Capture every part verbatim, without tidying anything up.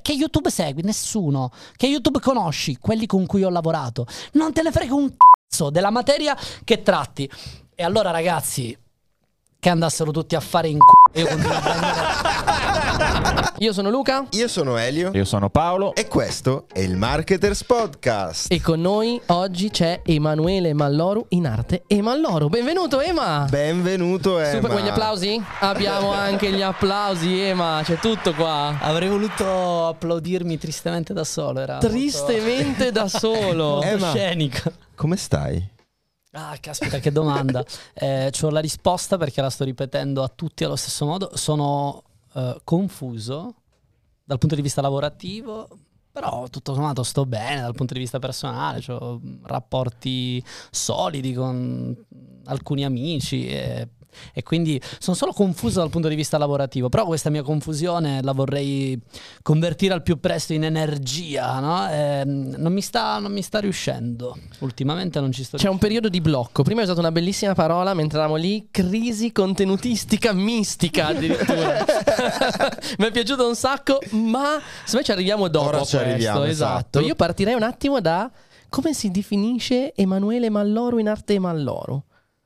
che YouTube segui? Nessuno. Che YouTube conosci? Quelli con cui ho lavorato. Non te ne frega un cazzo della materia che tratti. E allora ragazzi, che andassero tutti a fare in c***o. Io continuo a prendere. Io sono Luca. Io sono Elio. Io sono Paolo. E questo è il Marketers Podcast. E con noi oggi c'è Emanuele Malloru, in arte Emalloro. Benvenuto Ema. Benvenuto Ema. Super, con gli applausi? Abbiamo anche gli applausi Ema, c'è tutto qua. Avrei voluto applaudirmi tristemente da solo. Era Tristemente molto... da solo. molto Ema, scenico. come stai? Ah, caspita, che domanda. eh, c'ho la risposta perché la sto ripetendo a tutti allo stesso modo. Sono uh, confuso dal punto di vista lavorativo, però tutto sommato sto bene dal punto di vista personale. Ho rapporti solidi con alcuni amici e, e quindi sono solo confuso dal punto di vista lavorativo. Però questa mia confusione la vorrei convertire al più presto in energia, no? E non mi sta, non mi sta riuscendo. Ultimamente non ci sto C'è un periodo di blocco. Prima hai usato una bellissima parola mentre eravamo lì: crisi contenutistica mistica addirittura. Mi è piaciuto un sacco, ma se noi ci arriviamo dopo. Ora a ci questo, arriviamo, esatto. esatto. Io partirei un attimo da come si definisce Emanuele Malloru in arte Emalloro.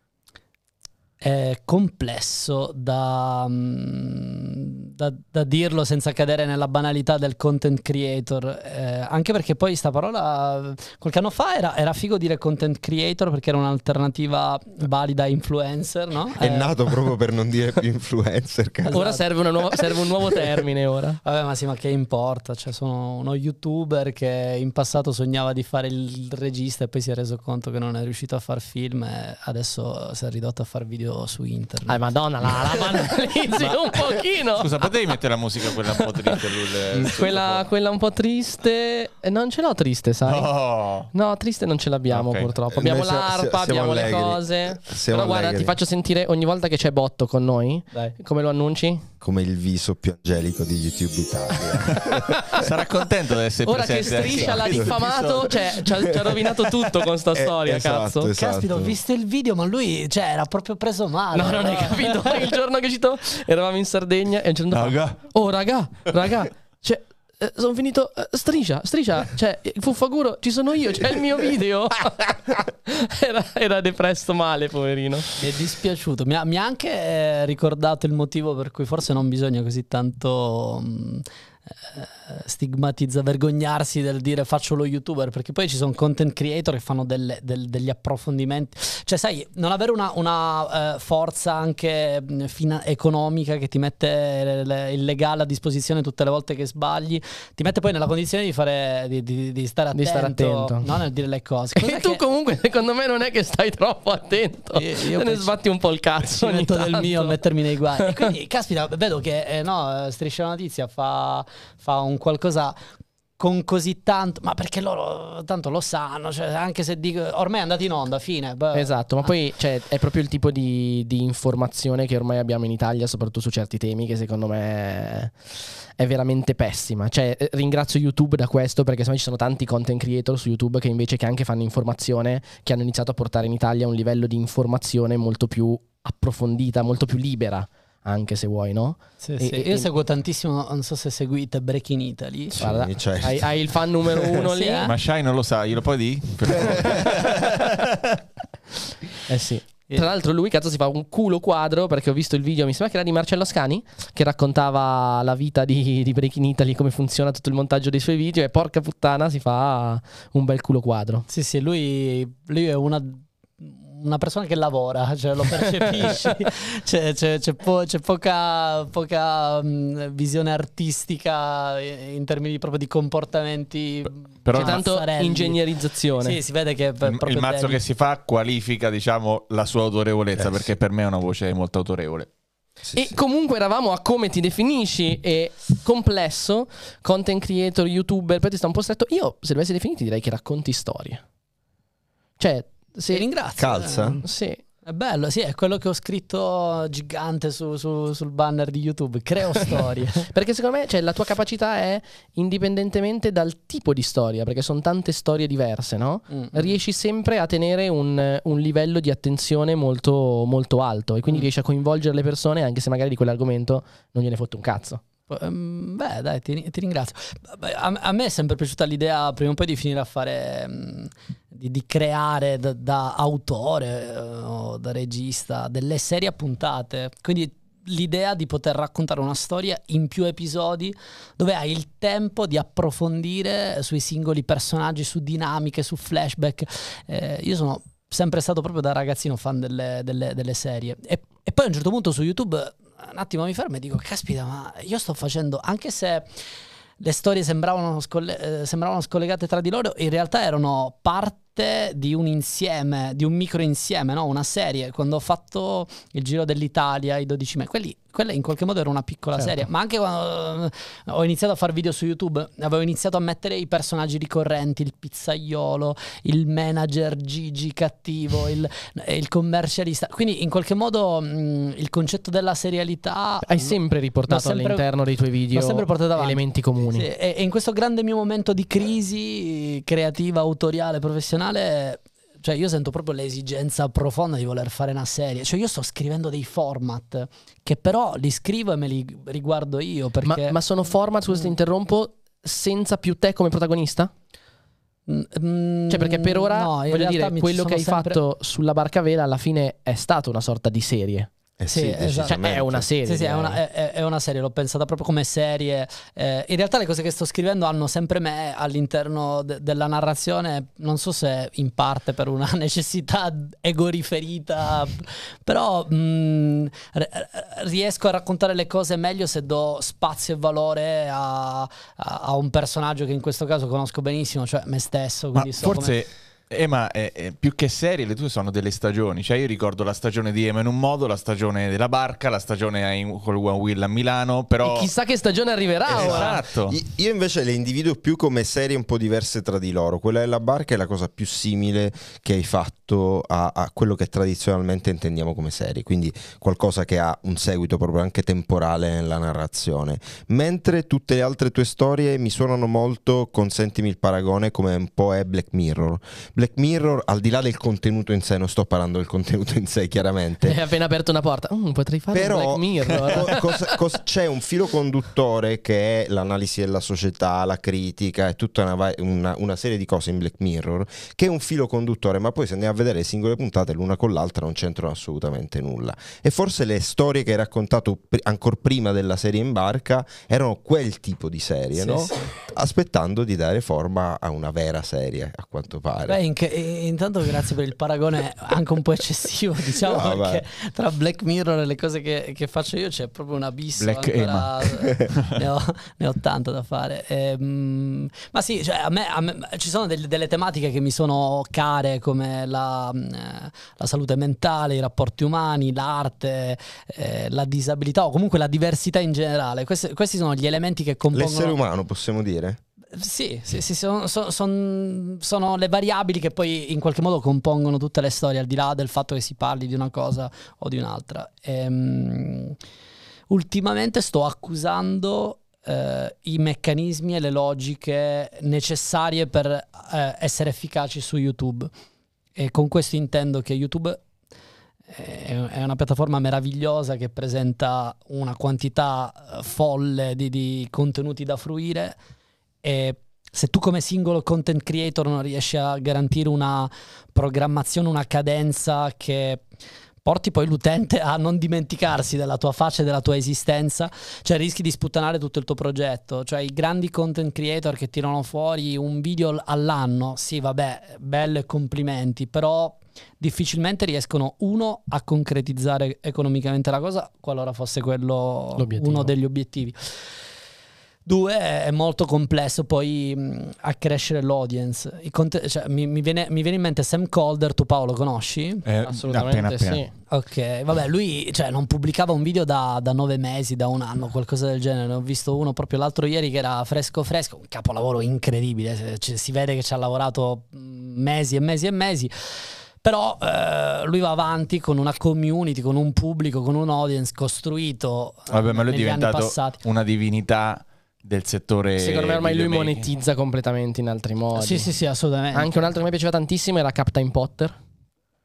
È complesso da, da, da dirlo senza cadere nella banalità del content creator, eh, anche perché poi sta parola qualche anno fa era, era figo dire content creator perché era un'alternativa valida a influencer, no? È eh, nato proprio per non dire più influencer, cazzo. Ora serve, una nuova, serve un nuovo termine ora. Vabbè, ma sì, ma che importa? Cioè, sono uno youtuber che in passato sognava di fare il regista e poi si è reso conto che non è riuscito a far film e adesso si è ridotto a far video su internet. Ah, madonna, la, la banalizzi un pochino. Scusa, potevi mettere la musica quella un po' triste? Lui, quella, quella un po' triste. eh, Non ce l'ho triste, sai? No. No, triste non ce l'abbiamo Ok. purtroppo. Abbiamo Noi siamo- l'arpa, siamo abbiamo le allegri. cose. Siamo Però guarda, allegri. ti faccio sentire ogni volta che c'è Botto con noi. Dai. Come lo annunci? Come il viso più angelico di YouTube Italia. Sarà contento di essere Ora che presente anche Striscia l'ha oggi. diffamato, cioè ci ha, ci ha rovinato tutto con sta Eh, storia, esatto, cazzo. esatto. Caspita, ho visto il video, ma lui, cioè, era proprio preso male. No, non hai capito. Il giorno che è uscito, eravamo in Sardegna e a un certo punto fa, Raga. oh raga, raga, cioè eh, sono finito eh, Striscia, Striscia, cioè Fuffaguro, ci sono io, c'è il mio video. era, era depresso male, poverino. Mi è dispiaciuto. Mi ha, mi ha anche eh, ricordato il motivo per cui forse non bisogna così tanto mh, eh, stigmatizza, vergognarsi del dire faccio lo youtuber, perché poi ci sono content creator che fanno delle, del- degli approfondimenti. Cioè, sai, non avere una, una eh, forza anche mh, fina- economica che ti mette le- le- il legale a disposizione tutte le volte che sbagli, ti mette poi nella condizione di fare di, di- di stare attento, Di stare attento. no, nel dire le cose. E Cos'è tu che- comunque secondo me non è che stai troppo attento. Io- io Te ne poi- sbatti un po' il cazzo ci ogni metto del tanto. mio a mettermi nei guai. E quindi, caspita, vedo che eh, no, Striscia la Notizia fa, fa un qualcosa con così tanto, ma perché loro tanto lo sanno, cioè, anche se dico ormai è andato in onda, fine. Beh. Esatto, ma poi cioè, è proprio il tipo di, di informazione che ormai abbiamo in Italia, soprattutto su certi temi, che secondo me è veramente pessima. Cioè, eh, ringrazio YouTube da questo, perché secondo me ci sono tanti content creator su YouTube che invece che anche fanno informazione, che hanno iniziato a portare in Italia un livello di informazione molto più approfondita, molto più libera, anche se vuoi, no? Sì, E- sì. e- Io e- seguo tantissimo, non so se seguite Breaking Italy. Sì, Guarda, certo. hai, hai il fan numero uno Sì, lì. eh? Ma Shai non lo sa, glielo puoi dire? Eh sì. Tra l'altro lui cazzo si fa un culo quadro, perché ho visto il video, mi sembra che era di Marcello Ascani, che raccontava la vita di, di Breaking Italy, come funziona tutto il montaggio dei suoi video, e porca puttana si fa un bel culo quadro. Sì, sì, lui, lui è una, una persona che lavora, cioè lo percepisci. c'è, c'è, c'è, po- c'è poca, poca mh, visione artistica in termini proprio di comportamenti. Però C'è no, tanto mozzarelli. ingegnerizzazione. Sì, si vede che è proprio il mazzo deli- che si fa qualifica, diciamo, la sua autorevolezza, Eh, perché sì. per me è una voce molto autorevole. Sì, E sì. comunque eravamo a come ti definisci, e complesso, content creator, youtuber, poi ti sta un po' stretto. Io, se dovessi definirti, direi che racconti storie. Cioè, Ti se... ringrazio. Calza? eh. Sì. È bello, sì, è quello che ho scritto gigante su, su- sul banner di YouTube. Creo storie. Perché secondo me, cioè, la tua capacità è indipendentemente dal tipo di storia, perché sono tante storie diverse, no? Mm. Riesci sempre a tenere un, un livello di attenzione molto, molto alto, e quindi Mm. riesci a coinvolgere le persone anche se magari di quell'argomento non gliene fotte un cazzo. Beh, dai, ti, ti ringrazio. A, a me è sempre piaciuta l'idea prima o poi di finire a fare, di, di creare da, da autore o da regista delle serie a puntate. Quindi l'idea di poter raccontare una storia in più episodi dove hai il tempo di approfondire sui singoli personaggi, su dinamiche, su flashback. Eh, io sono sempre stato proprio da ragazzino fan delle, delle, delle serie. E, e poi a un certo punto su YouTube un attimo mi fermo e dico, caspita, ma io sto facendo, anche se le storie sembravano, scolle- eh, sembravano scollegate tra di loro, in realtà erano parte di un insieme, di un micro insieme, no? Una serie. Quando ho fatto il giro dell'Italia, i dodici mesi, quelli, quella in qualche modo era una piccola certo. serie. Ma anche quando ho iniziato a fare video su YouTube, avevo iniziato a mettere i personaggi ricorrenti, il pizzaiolo, il manager Gigi cattivo, il, il commercialista. Quindi in qualche modo mh, il concetto della serialità hai sempre riportato sempre, all'interno dei tuoi video sempre portato avanti. Elementi comuni. Sì, e, e in questo grande mio momento di crisi creativa, autoriale, professionale, cioè io sento proprio l'esigenza profonda di voler fare una serie. Cioè io sto scrivendo dei format che però li scrivo e me li riguardo io perché... ma, ma sono format, scusa ti interrompo, senza più te come protagonista? Mm, cioè perché per ora, no, voglio dire, quello che hai sempre... fatto sulla Barca Vela alla fine è stata una sorta di serie. Eh sì, sì, esatto. Cioè è una serie. Sì, sì, è una, è, è una serie, l'ho pensata proprio come serie. Eh, in realtà le cose che sto scrivendo hanno sempre me all'interno de- della narrazione, non so se in parte per una necessità egoriferita, però mh, r- riesco a raccontare le cose meglio se do spazio e valore a, a, a un personaggio che in questo caso conosco benissimo, cioè me stesso. Ma Quindi so forse... come... Ema, è, è, più che serie, le tue sono delle stagioni. Cioè, io ricordo la stagione di Ema in un modo, la stagione della Barca, la stagione in, col One Wheel a Milano. Però E chissà che stagione arriverà ora. esatto. Io invece le individuo più come serie un po' diverse tra di loro. Quella della Barca è la cosa più simile che hai fatto a, a quello che tradizionalmente intendiamo come serie, quindi qualcosa che ha un seguito proprio anche temporale nella narrazione, mentre tutte le altre tue storie mi suonano molto, consentimi il paragone, come un po' è Black Mirror. Black Mirror, al di là del contenuto in sé, non sto parlando del contenuto in sé chiaramente, Hai appena aperto una porta. Mm, potrei fare però un Black Mirror. co- cosa- cosa- c'è un filo conduttore che è l'analisi della società, la critica e tutta una, va- una, una serie di cose in Black Mirror, che è un filo conduttore, ma poi se andiamo a vedere le singole puntate l'una con l'altra non c'entrano assolutamente nulla. E forse le storie che hai raccontato pr- ancora prima della serie in Barca erano quel tipo di serie, Sì, no? sì. Aspettando di dare forma a una vera serie, a quanto pare. Beh, in che- intanto grazie per il paragone anche un po' eccessivo, diciamo, No, perché tra Black Mirror e le cose che, che faccio io c'è proprio un abisso. Black ancora, ne, ho, ne ho tanto da fare. Ehm, ma sì, cioè, a me, a me ci sono delle, delle tematiche che mi sono care, come la, eh, la salute mentale, i rapporti umani, l'arte, eh, la disabilità o comunque la diversità in generale. Questi, questi sono gli elementi che compongono... L'essere umano, possiamo dire? Sì, sì, sì, sono, sono, sono, sono le variabili che poi in qualche modo compongono tutte le storie, al di là del fatto che si parli di una cosa o di un'altra. Ehm, ultimamente sto accusando eh, i meccanismi e le logiche necessarie per eh, essere efficaci su YouTube. E con questo intendo che YouTube è una piattaforma meravigliosa che presenta una quantità folle di, di contenuti da fruire, e se tu come singolo content creator non riesci a garantire una programmazione, una cadenza che porti poi l'utente a non dimenticarsi della tua faccia e della tua esistenza, cioè rischi di sputtanare tutto il tuo progetto. Cioè i grandi content creator che tirano fuori un video all'anno, sì vabbè, bello e complimenti, però difficilmente riescono, uno, a concretizzare economicamente la cosa, qualora fosse quello L'obiettivo. uno degli obiettivi. Due, è molto complesso poi mh, accrescere l'audience. I conte- cioè, mi, mi, viene, mi viene in mente Sam Calder, tu Paolo conosci? Eh, Assolutamente appena, appena. sì. Ok, vabbè, lui cioè, non pubblicava un video da, da nove mesi, da un anno, qualcosa del genere. Ne ho visto uno proprio l'altro ieri che era fresco fresco, un capolavoro incredibile, cioè, si vede che ci ha lavorato mesi e mesi e mesi. Però eh, lui va avanti con una community, con un pubblico, con un audience costruito. Vabbè, ma lui è negli anni diventato passati. una divinità del settore. Secondo me ormai lui videomaking. monetizza completamente in altri modi. Sì, sì, sì, assolutamente. Anche un altro che mi piaceva tantissimo era Captain Potter.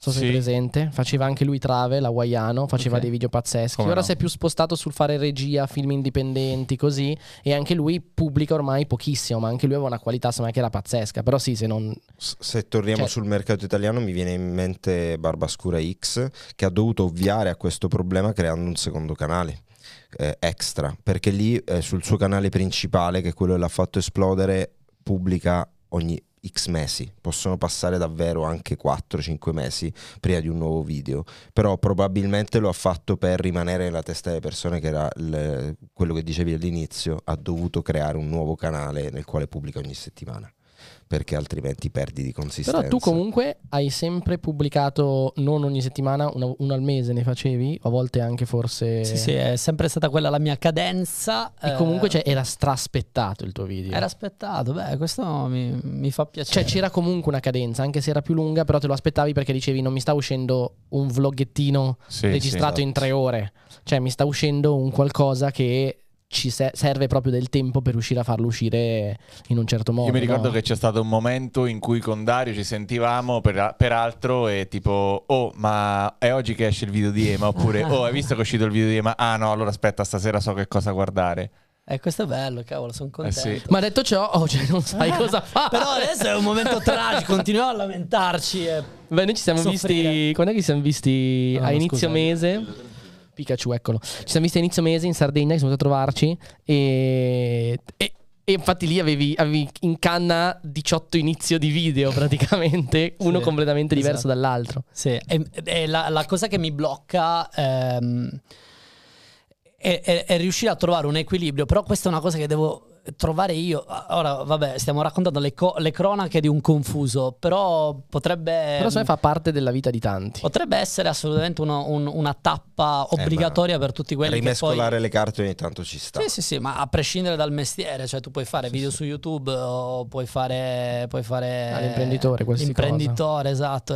so se Sì. sei presente, faceva anche lui Travel, hawaiano, faceva Ok. dei video pazzeschi. Come Ora no? si è più spostato sul fare regia, film indipendenti, così, e anche lui pubblica ormai pochissimo, ma anche lui aveva una qualità secondo me che era pazzesca. Però sì, se non... S- Se torniamo Cioè- sul mercato italiano mi viene in mente Barbascura X, che ha dovuto ovviare a questo problema creando un secondo canale eh, extra, perché lì eh, sul suo canale principale, che è quello che l'ha fatto esplodere, pubblica ogni X mesi, possono passare davvero anche quattro cinque mesi prima di un nuovo video, però probabilmente lo ha fatto per rimanere nella testa delle persone, che era il- quello che dicevi all'inizio, ha dovuto creare un nuovo canale nel quale pubblica ogni settimana, perché altrimenti perdi di consistenza. Però tu comunque hai sempre pubblicato, non ogni settimana, uno, uno al mese ne facevi, a volte anche forse... Sì, sì, è sempre stata quella la mia cadenza. E eh, comunque cioè, era straspettato il tuo video. Era aspettato, beh, questo mi, mi fa piacere. Cioè c'era comunque una cadenza, anche se era più lunga, però te lo aspettavi perché dicevi non mi sta uscendo un vloggettino Sì, registrato sì, in esatto. tre ore, cioè mi sta uscendo un qualcosa che ci se- serve proprio del tempo per riuscire a farlo uscire in un certo modo. Io mi ricordo no? che c'è stato un momento in cui con Dario ci sentivamo per, peraltro e tipo oh ma è oggi che esce il video di Ema, oppure oh hai visto che è uscito il video di Ema, ah no allora aspetta stasera so che cosa guardare. Eh, questo è bello, cavolo, sono contento. sì. Ma detto ciò, oh, cioè, non sai cosa fare. Però adesso è un momento tragico, continuiamo a lamentarci. E... Beh, noi ci siamo Soffrire. visti. Quando è che ci siamo visti? Ah, a no, inizio scusa. mese. Pikachu, eccolo. Ci siamo visti a inizio mese in Sardegna, che siamo andati a trovarci. E, e, e infatti lì avevi, avevi in canna diciotto inizio di video praticamente, uno Sì, completamente diverso esatto. dall'altro. Sì, e, e la, la cosa che mi blocca ehm, è, è- è riuscire a trovare un equilibrio, però questa è una cosa che devo trovare io. Ora, vabbè, stiamo raccontando le, co- le cronache di un confuso, però potrebbe... Però secondo me fa parte della vita di tanti. Potrebbe essere assolutamente uno- un- una tappa obbligatoria per tutti quelli che rimescolare poi... le carte ogni tanto ci sta. Sì, sì, sì, ma a prescindere dal mestiere, cioè tu puoi fare video su YouTube o puoi fare... Puoi fare Ah, l'imprenditore, qualsiasi L'imprenditore, esatto.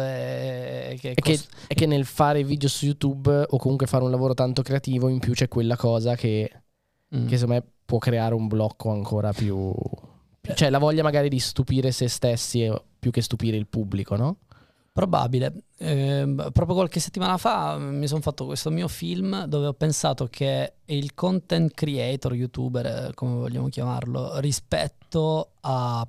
E, che È che, cos- è che nel fare video su YouTube o comunque fare un lavoro tanto creativo, in più c'è quella cosa che, Mm. che secondo me può creare un blocco ancora più... Cioè la voglia magari di stupire se stessi eh, più che stupire il pubblico, no? Probabile. Ehm, proprio qualche settimana fa mi sono fatto questo mio film dove ho pensato che il content creator, youtuber, eh, come vogliamo chiamarlo, rispetto a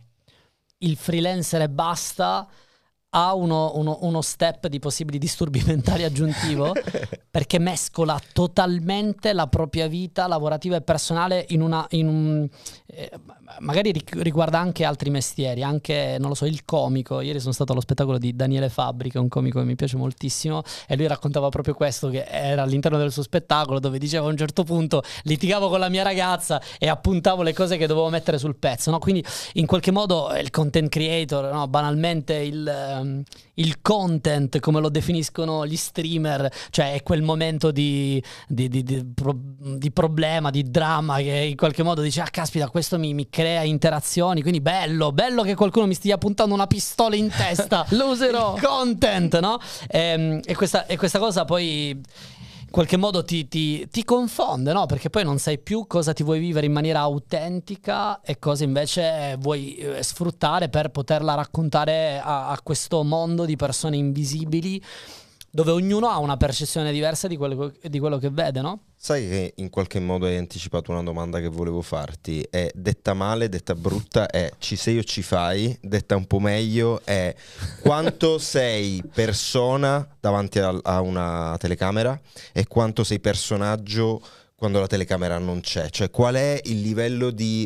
il freelancer e basta, ha uno, uno- uno step di possibili disturbi mentali aggiuntivo, perché mescola totalmente la propria vita lavorativa e personale in una in un eh, magari ric- riguarda anche altri mestieri, anche non lo so, il comico. Ieri sono stato allo spettacolo di Daniele Fabbri, che è un comico che mi piace moltissimo, e lui raccontava proprio questo, che era all'interno del suo spettacolo, dove diceva a un certo punto litigavo con la mia ragazza e appuntavo le cose che dovevo mettere sul pezzo, no? Quindi in qualche modo il content creator, no? Banalmente il, ehm, il content, come lo definiscono gli streamer, cioè è quel momento di, di, di- di pro- di problema, di dramma, che in qualche modo dice ah caspita, questo mi, mi crea interazioni, quindi bello, bello che qualcuno mi stia puntando una pistola in testa. Lo userò. Il content, no? Ehm, E, questa, e questa cosa poi in qualche modo ti, ti- ti confonde, no? Perché poi non sai più cosa ti vuoi vivere in maniera autentica e cosa invece vuoi eh, sfruttare per poterla raccontare a, a questo mondo di persone invisibili, dove ognuno ha una percezione diversa di quello, di quello che vede, no? Sai che in qualche modo hai anticipato una domanda che volevo farti. È detta male, detta brutta, è ci sei o ci fai? Detta un po' meglio è quanto sei persona davanti a, a una telecamera e quanto sei personaggio quando la telecamera non c'è. Cioè qual è il livello di...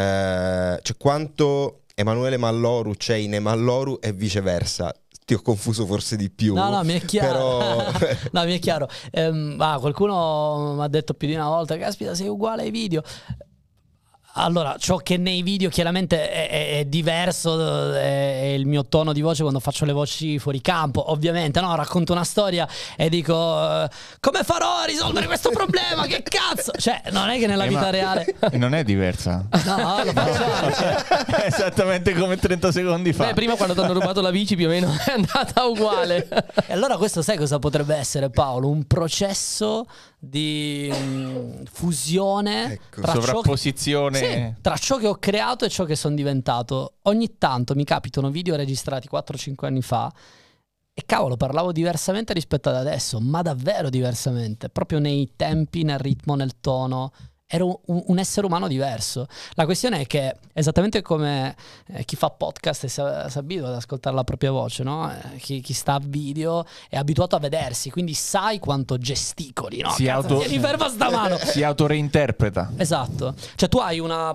eh, cioè quanto Emanuele Malloru c'è in Emalloru e viceversa. Ti ho confuso forse di più. No, no, mi è chiaro. Però... No, mi è chiaro. Ehm, ah, qualcuno mi ha detto più di una volta, caspita, sei uguale ai video. Allora, ciò che nei video chiaramente è, è- è diverso, è, è il mio tono di voce quando faccio le voci fuori campo, ovviamente, no? Racconto una storia e dico eh, come farò a risolvere questo problema? Che cazzo? Cioè, non è che nella Eh, vita ma- reale... Non è diversa. No, lo faccio anche. È esattamente come trenta secondi fa. Beh, prima quando ti hanno rubato la bici più o meno è andata uguale. E allora questo sai cosa potrebbe essere, Paolo? Un processo di mm, fusione Ecco. tra ciò che- Sovrapposizione. Sì, tra ciò che ho creato e ciò che sono diventato. Ogni tanto mi capitano video registrati quattro cinque anni fa E cavolo, parlavo diversamente rispetto ad adesso, ma davvero diversamente, proprio nei tempi, nel ritmo, nel tono. Ero un, un essere umano diverso. La questione è che, esattamente come eh, chi fa podcast e si, si abitua ad ascoltare la propria voce, no? Eh, chi, chi sta a video è abituato a vedersi, quindi sai quanto gesticoli, no? Si Cazzo, auto- tieni ferma sta mano. Si autoreinterpreta. Esatto. Cioè tu hai una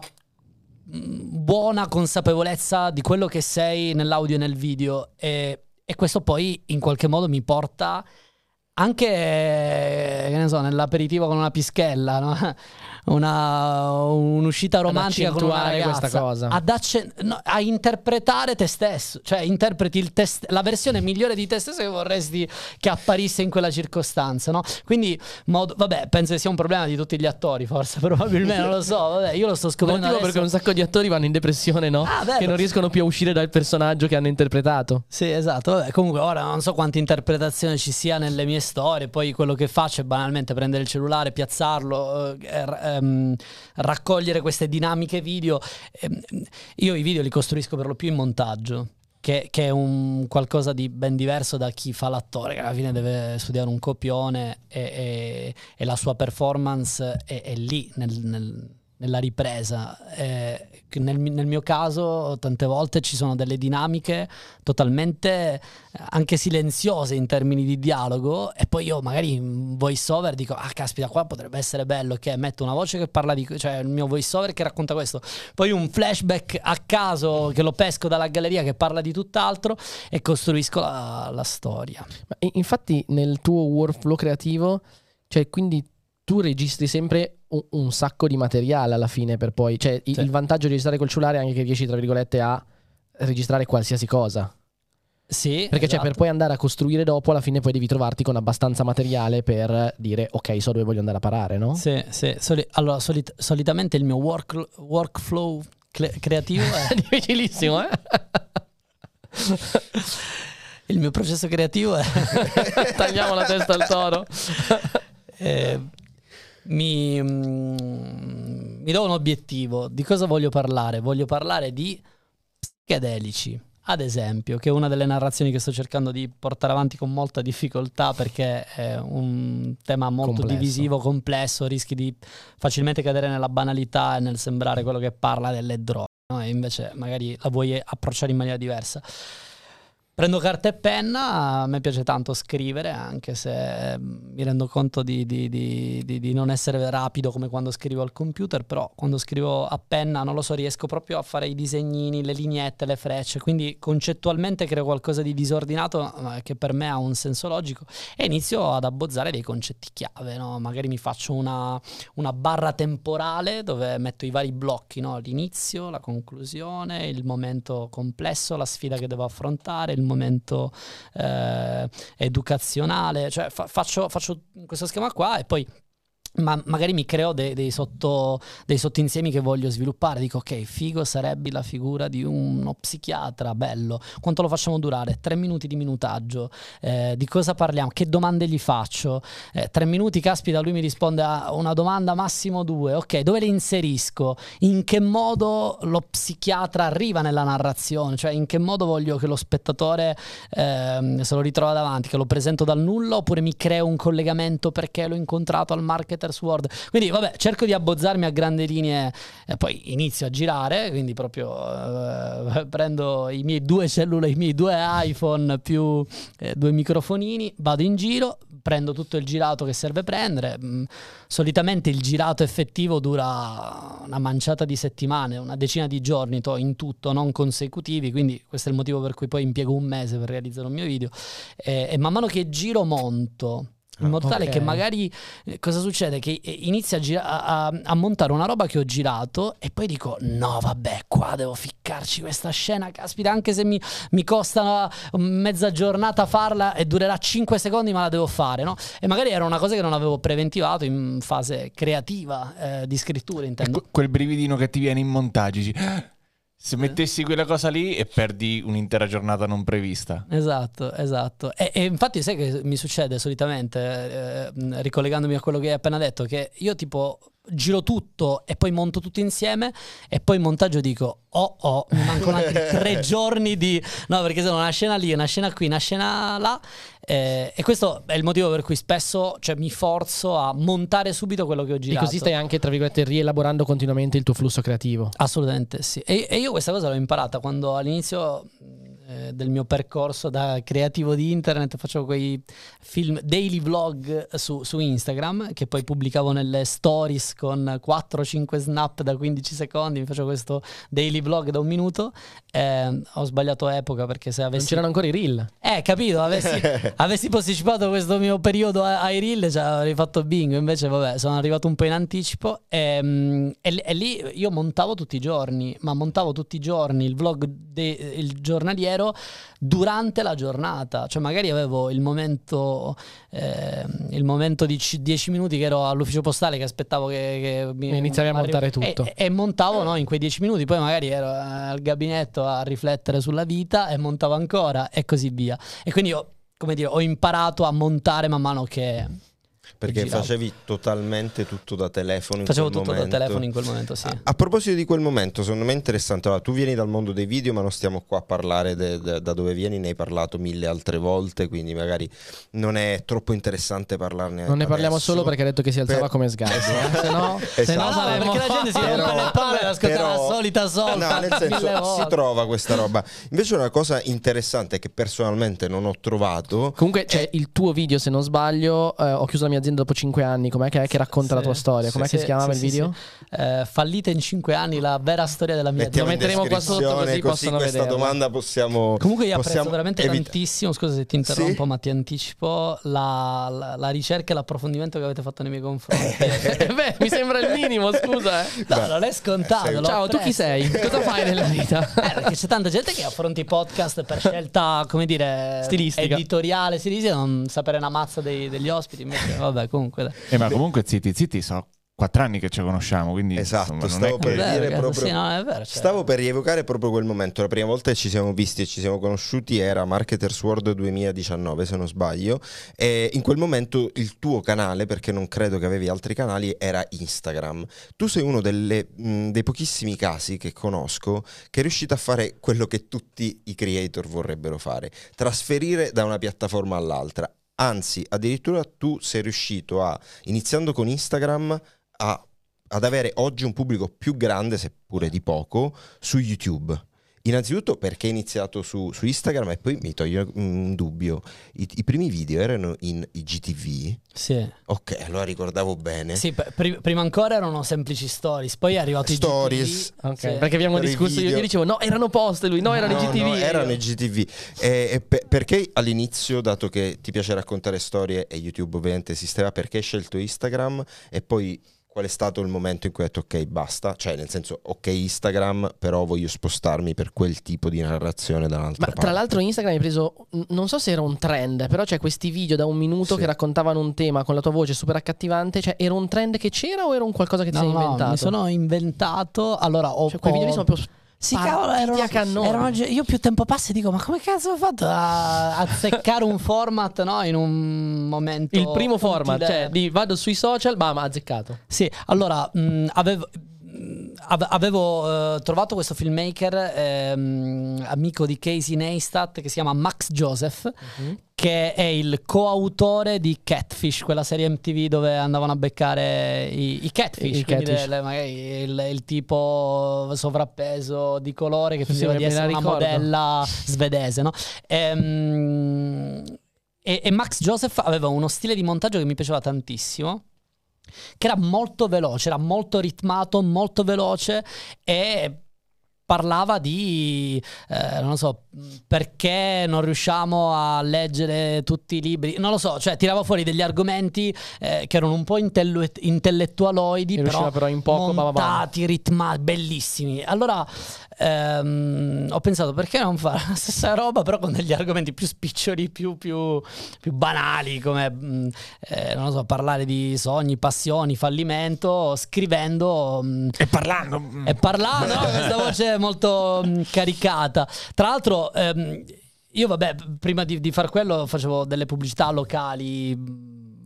mm, buona consapevolezza di quello che sei nell'audio e nel video e, e questo poi in qualche modo mi porta anche, che ne so, nell'aperitivo con una pischella, no? Una, un'uscita romantica con una accentuare ragazza, questa cosa. ad accen- no, a interpretare te stesso, cioè interpreti il te st- la versione migliore di te stesso che vorresti che apparisse in quella circostanza, no? Quindi modo- vabbè, penso che sia un problema di tutti gli attori, forse, probabilmente, non lo so, vabbè, io lo sto scoprendo Motivo adesso. perché un sacco di attori vanno in depressione, no? Ah, vero. Che non riescono più a uscire dal personaggio che hanno interpretato. Sì, esatto. Vabbè, comunque ora non so quanta interpretazione ci sia nelle mie storie, poi quello che faccio è banalmente prendere il cellulare, piazzarlo, eh, ehm, raccogliere queste dinamiche video. Ehm, io i video li costruisco per lo più in montaggio, che, che è un qualcosa di ben diverso da chi fa l'attore, che alla fine deve studiare un copione e, e, e la sua performance è, è lì nel, nel, nella ripresa. Eh, nel, nel mio caso tante volte ci sono delle dinamiche totalmente anche silenziose in termini di dialogo e poi io magari in voice over dico ah caspita, qua potrebbe essere bello, che metto una voce che parla di, cioè il mio voice over che racconta questo, poi un flashback a caso che lo pesco dalla galleria che parla di tutt'altro e costruisco la, la storia. Ma i- infatti nel tuo workflow creativo, cioè quindi tu registri sempre un, un sacco di materiale alla fine per poi, cioè i- Sì. il vantaggio di registrare col cellulare è anche che riesci tra virgolette a registrare qualsiasi cosa. Sì, Perché cioè esatto. per poi andare a costruire dopo alla fine poi devi trovarti con abbastanza materiale per dire ok, so dove voglio andare a parare, no? Sì, sì. Soli- allora, solit- solitamente il mio work- workflow cre- creativo è Difficilissimo, eh? il mio processo creativo è Tagliamo la testa al toro. eh, mi, mm, mi do un obiettivo. Di cosa voglio parlare? Voglio parlare di psichedelici, ad esempio, che è una delle narrazioni che sto cercando di portare avanti con molta difficoltà perché è un tema molto Complesso. divisivo, complesso, rischi di facilmente cadere nella banalità e nel sembrare quello che parla delle droghe, no? E invece magari la vuoi approcciare in maniera diversa. Prendo carta e penna, a me piace tanto scrivere, anche se mi rendo conto di, di, di, di, di non essere rapido come quando scrivo al computer, però quando scrivo a penna, non lo so, riesco proprio a fare i disegnini, le lineette, le frecce, quindi concettualmente creo qualcosa di disordinato eh, che per me ha un senso logico e inizio ad abbozzare dei concetti chiave, no? Magari mi faccio una, una barra temporale dove metto i vari blocchi, no? L'inizio, la conclusione, il momento complesso, la sfida che devo affrontare, il momento eh, educazionale, cioè fa- faccio, faccio questo schema qua e poi ma magari mi creo dei, dei, sotto, dei sottoinsiemi che voglio sviluppare. Dico ok, figo sarebbe la figura di uno psichiatra, bello, quanto lo facciamo durare? Tre minuti di minutaggio, eh, di cosa parliamo, che domande gli faccio, eh, tre minuti, caspita, lui mi risponde a una domanda, massimo due, ok, dove le inserisco, in che modo lo psichiatra arriva nella narrazione, cioè in che modo voglio che lo spettatore eh, se lo ritrova davanti, che lo presento dal nulla oppure mi creo un collegamento perché l'ho incontrato al market World. Quindi vabbè, cerco di abbozzarmi a grandi linee e poi inizio a girare, quindi proprio eh, prendo i miei due cellulari, i miei due iPhone più eh, due microfonini, vado in giro, prendo tutto il girato che serve prendere. Mm, solitamente il girato effettivo dura una manciata di settimane, una decina di giorni to, in tutto, non consecutivi, quindi questo è il motivo per cui poi impiego un mese per realizzare un mio video e, e man mano che giro monto in modo tale ok. che magari eh, cosa succede? Che eh, inizia a, gira- a, a- a montare una roba che ho girato e poi dico no vabbè, qua devo ficcarci questa scena, caspita, anche se mi, mi costa mezza giornata farla e durerà cinque secondi, ma la devo fare, no? E magari era una cosa che non avevo preventivato in fase creativa eh, di scrittura, intendo. Que- quel brividino che ti viene in montaggio, dici, se mettessi quella cosa lì e perdi un'intera giornata non prevista. Esatto, esatto. E, e infatti sai che mi succede solitamente, eh, ricollegandomi a quello che hai appena detto, che io tipo giro tutto e poi monto tutto insieme e poi in montaggio dico oh oh mi mancano altri tre giorni di no, perché sono una scena lì, una scena qui, una scena là, eh, e questo è il motivo per cui spesso, cioè, mi forzo a montare subito quello che ho girato. E così stai anche, tra virgolette, rielaborando continuamente il tuo flusso creativo. Assolutamente sì. E, e io questa cosa l'ho imparata quando all'inizio eh, del mio percorso da creativo di internet facevo quei film daily vlog su, su Instagram che poi pubblicavo nelle stories con quattro cinque snap da quindici secondi. Mi facevo questo daily vlog da un minuto. Eh, ho sbagliato epoca perché se avessi... Non c'erano ancora i reel. Eh, capito, avessi, avessi posticipato questo mio periodo ai reel, cioè, avrei fatto bingo. Invece, vabbè, sono arrivato un po' in anticipo e, e, e lì io montavo tutti i giorni, ma montavo tutti i giorni il vlog, de, il giornaliero durante la giornata. Cioè, magari avevo il momento, eh, il momento di dieci minuti che ero all'ufficio postale, che aspettavo che, che mi, iniziavi a montare tutto. E, e montavo, no, in quei dieci minuti. Poi magari ero al gabinetto a riflettere sulla vita e montavo ancora e così via. E quindi ho, come dire, ho imparato a montare man mano che... Perché facevi totalmente tutto da telefono in Facevo quel tutto momento. da telefono in quel momento, sì. A, a proposito di quel momento, secondo me è interessante. Allora, tu vieni dal mondo dei video, ma non stiamo qua a parlare de, de, da dove vieni, ne hai parlato mille altre volte, quindi magari non è troppo interessante parlarne. Non ne parliamo adesso. solo perché ha detto che si alzava Per... come Sgarbi, eh? se no, esatto. se no No, saremmo... perché la gente si Però- rompe le palle ad ascoltare però- la solita solfa. No, nel mille senso, volte. si trova questa roba. Invece una cosa interessante che personalmente non ho trovato. Comunque c'è il tuo video, se non sbaglio, eh, ho chiuso la mia azienda dopo cinque anni, com'è che, che racconta Sì, la tua storia? Com'è sì, che sì, si chiamava sì, il sì, video? sì. Eh, fallita in cinque anni, la vera storia della mia Mettiamo azienda. in metteremo qua sotto, descrizione, così possono questa vederla. domanda possiamo. Comunque io apprezzo possiamo veramente evita- tantissimo, scusa se ti interrompo, Sì? ma ti anticipo la, la, la ricerca e l'approfondimento che avete fatto nei miei confronti. Beh, mi sembra il minimo, scusa. Eh. No, non è scontato. Sei- lo Ciao, tu chi apprezzo. sei? Cosa fai nella vita? Eh, perché c'è tanta gente che affronta i podcast per scelta, come dire, Stilistica. editoriale, stilistica, non sapere una mazza dei- degli ospiti. Invece, vabbè, comunque. dai. Eh, ma comunque zitti, zitti, sono quattro anni che ci conosciamo, quindi Esatto, insomma, non stavo è per che... È vero, dire ragazzi, proprio- sì, no, è vero, cioè- Stavo per rievocare proprio quel momento. La prima volta che ci siamo visti e ci siamo conosciuti era Marketers World duemiladiciannove, se non sbaglio, e in quel momento il tuo canale, perché non credo che avevi altri canali, era Instagram. Tu sei uno delle, mh, dei pochissimi casi che conosco che è riuscito a fare quello che tutti i creator vorrebbero fare: trasferire da una piattaforma all'altra. Anzi, addirittura tu sei riuscito a, iniziando con Instagram, a ad avere oggi un pubblico più grande, seppure di poco, su YouTube. Innanzitutto perché hai iniziato su, su Instagram, e poi mi toglie un dubbio. I, i primi video erano in I G T V? Sì. Ok, allora ricordavo bene. Sì, p- pri- prima ancora erano semplici stories, poi è arrivato i Stories. G T V. Ok, Sì. perché abbiamo Per i discusso, io, video. io dicevo no, erano post, lui no, erano No, i G T V. no, erano i G T V. E, e pe- perché all'inizio, dato che ti piace raccontare storie e YouTube ovviamente esisteva, perché hai scelto Instagram? E poi qual è stato il momento in cui hai detto ok, basta? Cioè, nel senso, ok Instagram, però voglio spostarmi per quel tipo di narrazione da un'altra Ma parte. tra l'altro Instagram hai preso, n- non so se era un trend, però c'è questi video da un minuto Sì. che raccontavano un tema con la tua voce super accattivante. Cioè, era un trend che c'era o era un qualcosa che ti No, sei no, inventato? mi sono inventato. Allora, ho, Cioè, quei video lì ho- sono proprio Sì, partiti cavolo, erano, a cannone. erano ge- io più tempo passa e dico, ma come cazzo ho fatto a azzeccare un format, no, in un momento Il primo format, utile? cioè di vado sui social, bam, azzeccato. Sì, allora, mh, avevo, mh, ave- avevo eh, trovato questo filmmaker, ehm, amico di Casey Neistat, che si chiama Max Joseph, che è il coautore di Catfish, quella serie M T V dove andavano a beccare i, i catfish, I quindi catfish. le- le- magari il, il tipo sovrappeso di colore che Sì, fingeva me di la essere una ricordo. modella svedese, no? Ehm, e, e Max Joseph aveva uno stile di montaggio che mi piaceva tantissimo, che era molto veloce, era molto ritmato, molto veloce, e parlava di, eh, non lo so, perché non riusciamo a leggere tutti i libri, non lo so, cioè tirava fuori degli argomenti eh, che erano un po' intellu- intellettualoidi, E riusciva però, però in poco, bam, bam, bam. montati, ritmati, bellissimi. Allora ehm, ho pensato, perché non fare la stessa roba però con degli argomenti più spiccioli, più, più, più banali, come mh, eh, non lo so, parlare di sogni, passioni, fallimento, scrivendo mh, E parlando... e parlando, no? Questa voce molto mh, caricata. Tra l'altro ehm, io vabbè, prima di, di far quello facevo delle pubblicità locali, mh,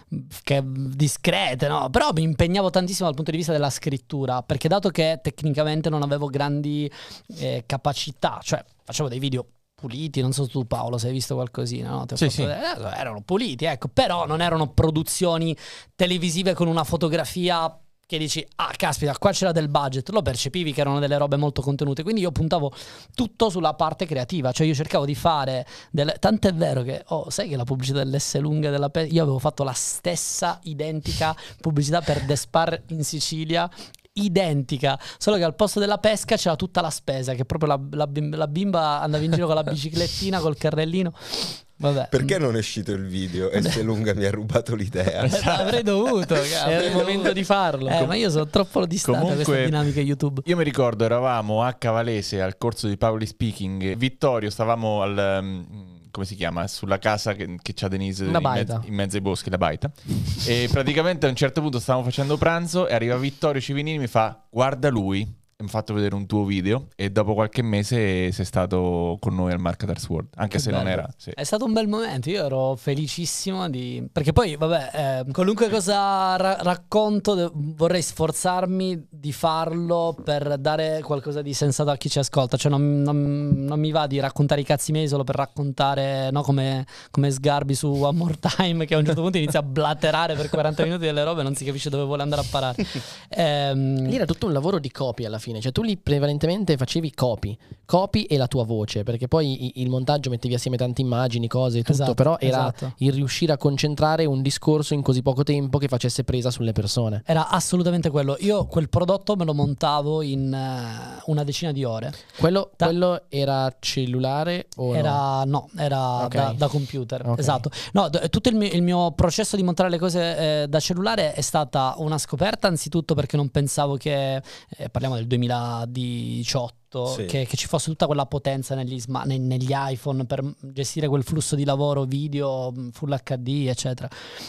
che discrete, no? Però mi impegnavo tantissimo dal punto di vista della scrittura, perché dato che tecnicamente non avevo grandi eh, capacità, cioè facevo dei video puliti, non so tu Paolo se hai visto qualcosina, no? Ti ho Sì, fatto sì. vedere, eh, erano puliti, ecco, però non erano produzioni televisive con una fotografia che dici, ah caspita, qua c'era del budget, lo percepivi che erano delle robe molto contenute, quindi io puntavo tutto sulla parte creativa, cioè io cercavo di fare delle... tant'è vero che, oh, sai che la pubblicità dell'S lunga della pesca, io avevo fatto la stessa identica pubblicità per Despar in Sicilia, identica, solo che al posto della pesca c'era tutta la spesa, che proprio la, la, bimba, la bimba andava in giro con la biciclettina, col carrellino. Vabbè. Perché non è uscito il video? E se lunga mi ha rubato l'idea. Avrei dovuto, Era il momento di farlo. Eh, ma io sono troppo distante da Comunque, queste dinamiche YouTube. Io mi ricordo, eravamo a Cavalese al corso di Public Speaking. Vittorio, stavamo al... um, come si chiama? Sulla casa che, che c'ha Denise in mezzo, in mezzo ai boschi, la baita. E praticamente a un certo punto stavamo facendo pranzo e arriva Vittorio Civinini e mi fa, guarda lui. Mi ha fatto vedere un tuo video e dopo qualche mese sei stato con noi al Marketers World, anche Che se bello. non era sì. È stato un bel momento, io ero felicissimo di... perché poi vabbè eh, qualunque cosa ra- racconto de- vorrei sforzarmi di farlo per dare qualcosa di sensato a chi ci ascolta, cioè non, non, non mi va di raccontare i cazzi miei solo per raccontare, no, come, come Sgarbi su One More Time, che a un certo punto inizia a blaterare per quaranta minuti delle robe e non si capisce dove vuole andare a parare. ehm, Lì era tutto un lavoro di copy alla fine, cioè tu lì prevalentemente facevi copy, copy e la tua voce, perché poi il montaggio mettevi assieme tante immagini, cose e tutto, Esatto, però era esatto. il riuscire a concentrare un discorso in così poco tempo che facesse presa sulle persone. Era assolutamente quello. Io quel prodotto me lo montavo in uh, una decina di ore. Quello, Da- quello era cellulare o no? Era no, era Ok. da, da computer. Ok. Esatto. No, d- tutto il mio, il mio processo di montare le cose eh, da cellulare è stata una scoperta, anzitutto perché non pensavo che eh, parliamo del duemiladiciotto, Sì. che, che ci fosse tutta quella potenza negli, sma- ne- negli iPhone per gestire quel flusso di lavoro video, mh, Full acca di, eccetera.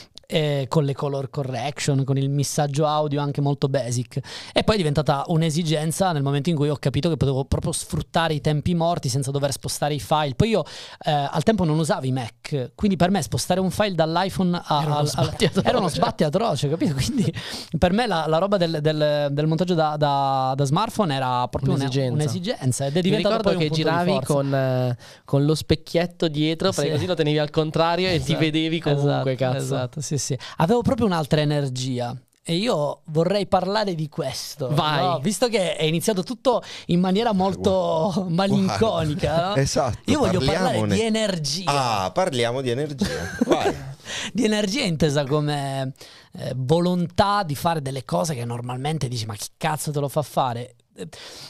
E con le color correction, con il missaggio audio anche molto basic, e poi è diventata un'esigenza nel momento in cui ho capito che potevo proprio sfruttare i tempi morti senza dover spostare i file. Poi io eh, al tempo non usavo i Mac, quindi per me spostare un file dall'iPhone a, Era uno al- sbatti al- atroce. era uno sbatti atroce, capito? Quindi per me la, la roba del, del- del montaggio da, da- da smartphone era proprio una- Un'esigenza. un'esigenza, ed è Mi diventato ricordo poi che un punto di giravi forza. con, eh, con lo specchietto dietro, perché Sì. così lo tenevi al contrario e ti Esatto, vedevi comunque, esatto, cazzo. Esatto, sì, sì. Avevo proprio un'altra energia. E io vorrei parlare di questo. Vai. No? Visto che è iniziato tutto in maniera molto malinconica, no? Esatto. Io voglio parlare parliamone. di energia. Ah, parliamo di energia. Vai. Di energia intesa come eh, volontà di fare delle cose che normalmente dici, ma chi cazzo te lo fa fare? Eh,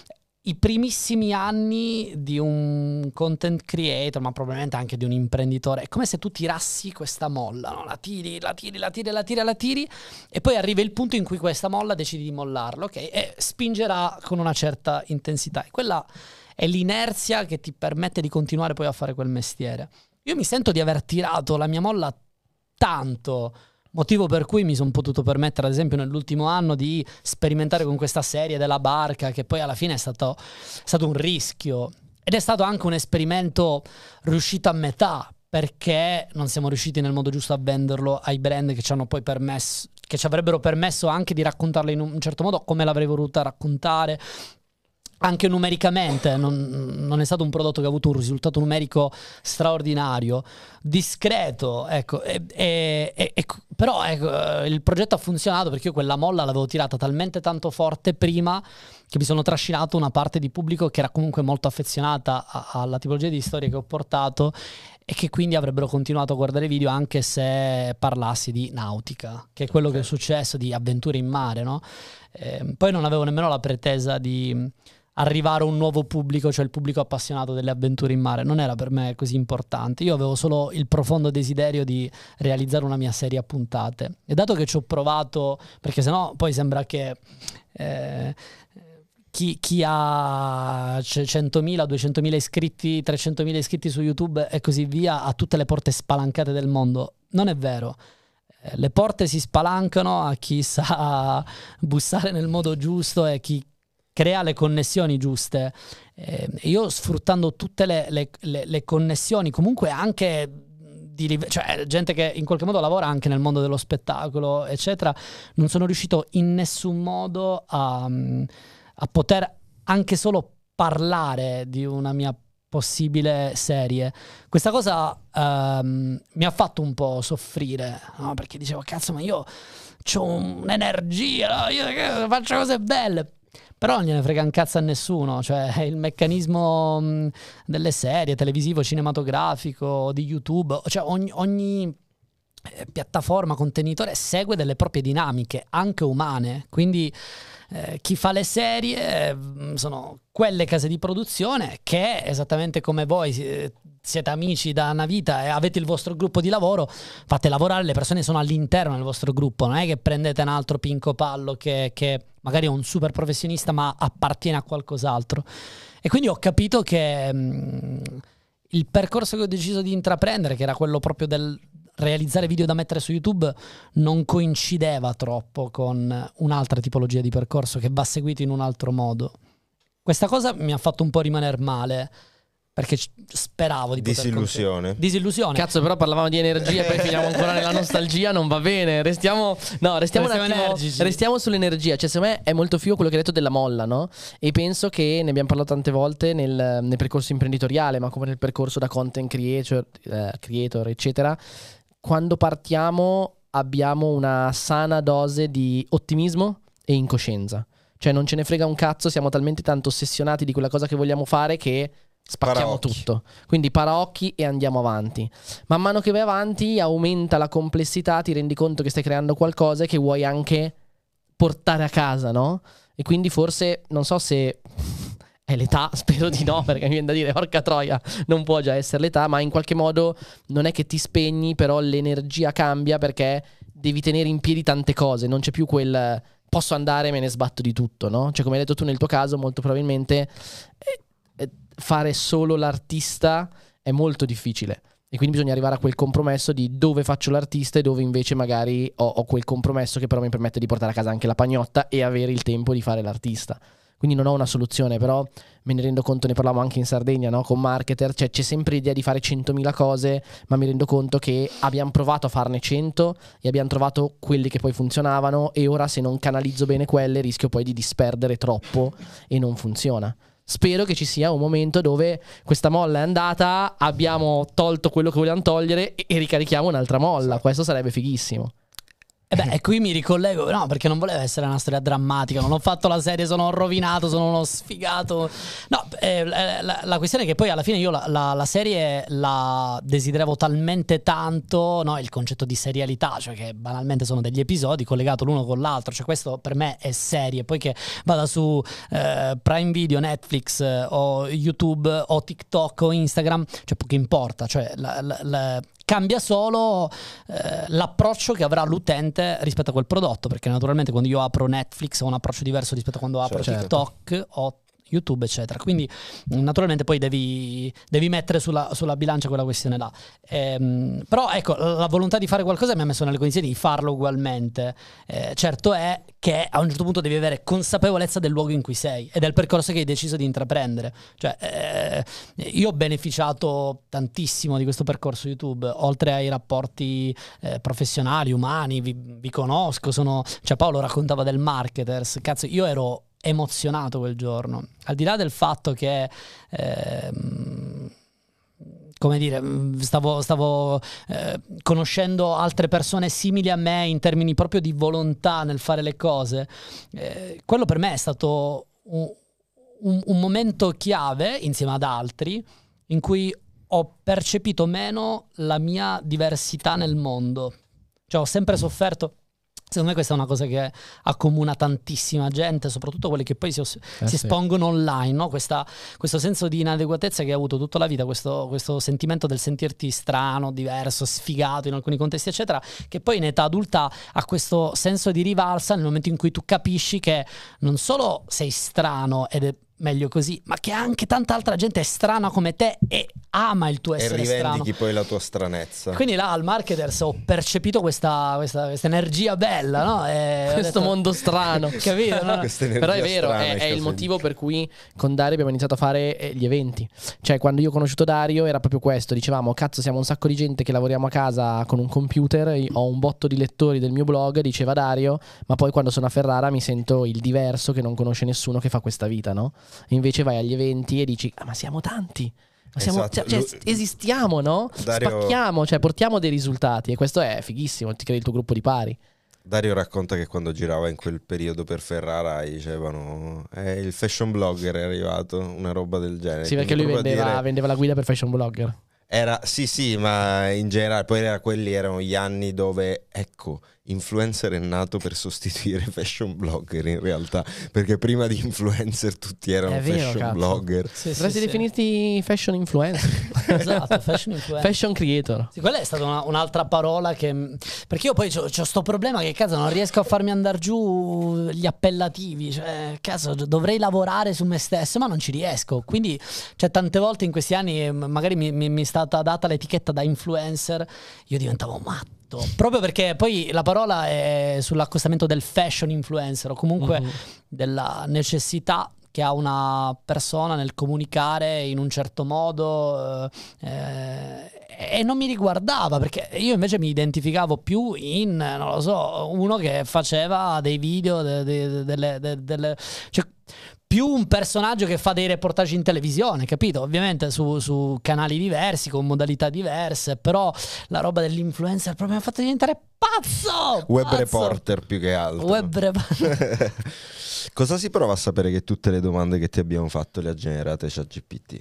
I primissimi anni di un content creator, ma probabilmente anche di un imprenditore, è come se tu tirassi questa molla, no? La tiri, la tiri, la tiri, la tiri, la tiri, e poi arriva il punto in cui questa molla decidi di mollarla, ok? E spingerà con una certa intensità. E quella è l'inerzia che ti permette di continuare poi a fare quel mestiere. Io mi sento di aver tirato la mia molla tanto, motivo per cui mi sono potuto permettere, ad esempio, nell'ultimo anno di sperimentare con questa serie della barca, che poi alla fine è stato, è stato un rischio, ed è stato anche un esperimento riuscito a metà, perché non siamo riusciti nel modo giusto a venderlo ai brand che ci hanno poi permesso, che ci avrebbero permesso anche di raccontarlo in un certo modo come l'avrei voluta raccontare. Anche numericamente non, non è stato un prodotto che ha avuto un risultato numerico straordinario, discreto, ecco, e, e, e, e, però ecco, il progetto ha funzionato perché io quella molla l'avevo tirata talmente tanto forte prima che mi sono trascinato una parte di pubblico che era comunque molto affezionata a, alla tipologia di storie che ho portato, e che quindi avrebbero continuato a guardare video anche se parlassi di nautica, che è quello che è successo, di avventure in mare, no? Eh, poi non avevo nemmeno la pretesa di arrivare a un nuovo pubblico, cioè il pubblico appassionato delle avventure in mare. Non era per me così importante. Io avevo solo il profondo desiderio di realizzare una mia serie a puntate, e dato che ci ho provato, perché sennò poi sembra che eh, chi, chi ha centomila, duecentomila iscritti, trecentomila iscritti su YouTube e così via ha tutte le porte spalancate del mondo. Non è vero. Le porte si spalancano a chi sa bussare nel modo giusto e chi crea le connessioni giuste. Eh, io sfruttando tutte le, le, le, le connessioni, comunque anche di live- cioè gente che in qualche modo lavora anche nel mondo dello spettacolo, eccetera, non sono riuscito in nessun modo a, a poter anche solo parlare di una mia possibile serie. Questa cosa um, mi ha fatto un po' soffrire, no? Perché dicevo, cazzo, ma io c'ho un'energia, no? Io faccio cose belle. Però non gliene frega un cazzo a nessuno, cioè il meccanismo mh, delle serie, televisivo, cinematografico, di YouTube, cioè ogni, ogni eh, piattaforma, contenitore segue delle proprie dinamiche, anche umane, quindi eh, chi fa le serie mh, sono quelle case di produzione che, esattamente come voi eh, siete amici da una vita e avete il vostro gruppo di lavoro, fate lavorare, le persone sono all'interno del vostro gruppo, non è che prendete un altro Pinco Pallo che... che magari è un super professionista ma appartiene a qualcos'altro. E quindi ho capito che mh, il percorso che ho deciso di intraprendere, che era quello proprio del realizzare video da mettere su YouTube, non coincideva troppo con un'altra tipologia di percorso che va seguito in un altro modo. Questa cosa mi ha fatto un po' rimanere male, perché speravo di poter disillusione. Conte- disillusione. Cazzo, però parlavamo di energia e poi finiamo ancora nella nostalgia, non va bene. Restiamo no, restiamo, Restiamo un attimo, energici. restiamo sull'energia. Cioè, secondo me è molto figo quello che hai detto della molla, no? E penso che ne abbiamo parlato tante volte nel, nel percorso imprenditoriale, ma come nel percorso da content creator, eh, creator, eccetera. Quando partiamo abbiamo una sana dose di ottimismo e incoscienza. Cioè non ce ne frega un cazzo, siamo talmente tanto ossessionati di quella cosa che vogliamo fare che spacchiamo Paraocchi. tutto. Quindi paraocchi e andiamo avanti. Man mano che vai avanti aumenta la complessità, ti rendi conto che stai creando qualcosa che vuoi anche portare a casa, no? E quindi forse, non so se è l'età, spero di no, perché mi viene da dire porca troia, non può già essere l'età, ma in qualche modo non è che ti spegni, però l'energia cambia perché devi tenere in piedi tante cose, non c'è più quel posso andare e me ne sbatto di tutto, no? Cioè, come hai detto tu nel tuo caso, molto probabilmente eh, eh, fare solo l'artista è molto difficile e quindi bisogna arrivare a quel compromesso di dove faccio l'artista e dove invece magari ho, ho quel compromesso che però mi permette di portare a casa anche la pagnotta e avere il tempo di fare l'artista. Quindi non ho una soluzione, però me ne rendo conto, ne parlavamo anche in Sardegna, no? Con marketer, cioè c'è sempre l'idea di fare centomila cose, ma mi rendo conto che abbiamo provato a farne cento e abbiamo trovato quelli che poi funzionavano e ora se non canalizzo bene quelle rischio poi di disperdere troppo e non funziona. Spero che ci sia un momento dove questa molla è andata, abbiamo tolto quello che volevamo togliere e, e ricarichiamo un'altra molla. Questo sarebbe fighissimo. E beh, e qui mi ricollego, no, perché non voleva essere una storia drammatica, non ho fatto la serie, sono rovinato, sono uno sfigato. No, eh, la, la questione è che poi alla fine io la, la, la serie la desideravo talmente tanto, no, il concetto di serialità, cioè che banalmente sono degli episodi collegati l'uno con l'altro, cioè questo per me è serie, poi che vada su eh, Prime Video, Netflix eh, o YouTube o TikTok o Instagram, cioè poco importa, cioè la, la, la, cambia solo eh, l'approccio che avrà l'utente rispetto a quel prodotto, perché naturalmente quando io apro Netflix ho un approccio diverso rispetto a quando apro certo. TikTok o YouTube eccetera, quindi naturalmente poi devi, devi mettere sulla, sulla bilancia quella questione là, ehm, però ecco, la volontà di fare qualcosa mi ha messo nelle condizioni di farlo ugualmente. Eh, certo è che a un certo punto devi avere consapevolezza del luogo in cui sei e del percorso che hai deciso di intraprendere, cioè eh, io ho beneficiato tantissimo di questo percorso YouTube, oltre ai rapporti eh, professionali, umani, vi, vi conosco, sono, cioè Paolo raccontava del marketers, cazzo io ero emozionato quel giorno, al di là del fatto che ehm, come dire, stavo, stavo eh, conoscendo altre persone simili a me in termini proprio di volontà nel fare le cose, eh, quello per me è stato un, un, un momento chiave insieme ad altri in cui ho percepito meno la mia diversità nel mondo, cioè ho sempre sofferto. Secondo me questa è una cosa che accomuna tantissima gente, soprattutto quelli che poi si, os- eh si sì. espongono online, no? Questa, questo senso di inadeguatezza che hai avuto tutta la vita, questo, questo sentimento del sentirti strano, diverso, sfigato in alcuni contesti eccetera, che poi in età adulta ha questo senso di rivalsa nel momento in cui tu capisci che non solo sei strano ed è meglio così, ma che anche tanta altra gente è strana come te e ama il tuo E essere strano. rivendichi poi la tua stranezza. Quindi là al Marketers ho percepito questa, questa, questa energia bella, no? E ho Questo detto, mondo strano. capito? No? Questa energia Però è vero, strana, è, il è il caso motivo di- per cui con Dario abbiamo iniziato a fare eh, gli eventi. Cioè, quando io ho conosciuto Dario era proprio questo. Dicevamo, cazzo, siamo un sacco di gente che lavoriamo a casa con un computer, io ho un botto di lettori del mio blog, diceva Dario, ma poi quando sono a Ferrara mi sento il diverso che non conosce nessuno che fa questa vita, no? E invece vai agli eventi e dici, ah, ma siamo tanti. Ma siamo, Esatto. cioè, Lu- cioè, esistiamo, no? Dario- Spacchiamo, cioè portiamo dei risultati. E questo è fighissimo, ti crei il tuo gruppo di pari. Dario racconta che quando girava in quel periodo per Ferrara dicevano eh, il fashion blogger è arrivato, una roba del genere. Sì, perché Quindi lui proprio a vendeva, dire- vendeva la guida per fashion blogger. Era, sì, sì, ma in generale, poi era, quelli erano gli anni dove, ecco, influencer è nato per sostituire fashion blogger in realtà, perché prima di influencer tutti erano È vero, fashion cazzo. blogger. Sì, sì, Dovresti sì. definirti fashion influencer. Esatto, fashion influencer. Fashion creator. Sì, quella è stata una- un'altra parola che... Perché io poi ho sto problema che, cazzo, non riesco a farmi andare giù gli appellativi. Cioè, cazzo, dovrei lavorare su me stesso, ma non ci riesco. Quindi, cioè, tante volte in questi anni eh, magari mi, mi- mi è stata data l'etichetta da influencer, io diventavo matto. Proprio perché poi la parola è sull'accostamento del fashion influencer, o comunque Mhm. della necessità che ha una persona nel comunicare in un certo modo, eh, e non mi riguardava, perché io invece mi identificavo più in, non lo so, uno che faceva dei video de- de- delle, de- delle- cioè più un personaggio che fa dei reportage in televisione, capito? Ovviamente su, su canali diversi, con modalità diverse, però la roba dell'influencer proprio mi ha fatto diventare pazzo! Web pazzo! reporter più che altro. Web reporter. Cosa si prova a sapere che tutte le domande che ti abbiamo fatto le ha generate ChatGPT?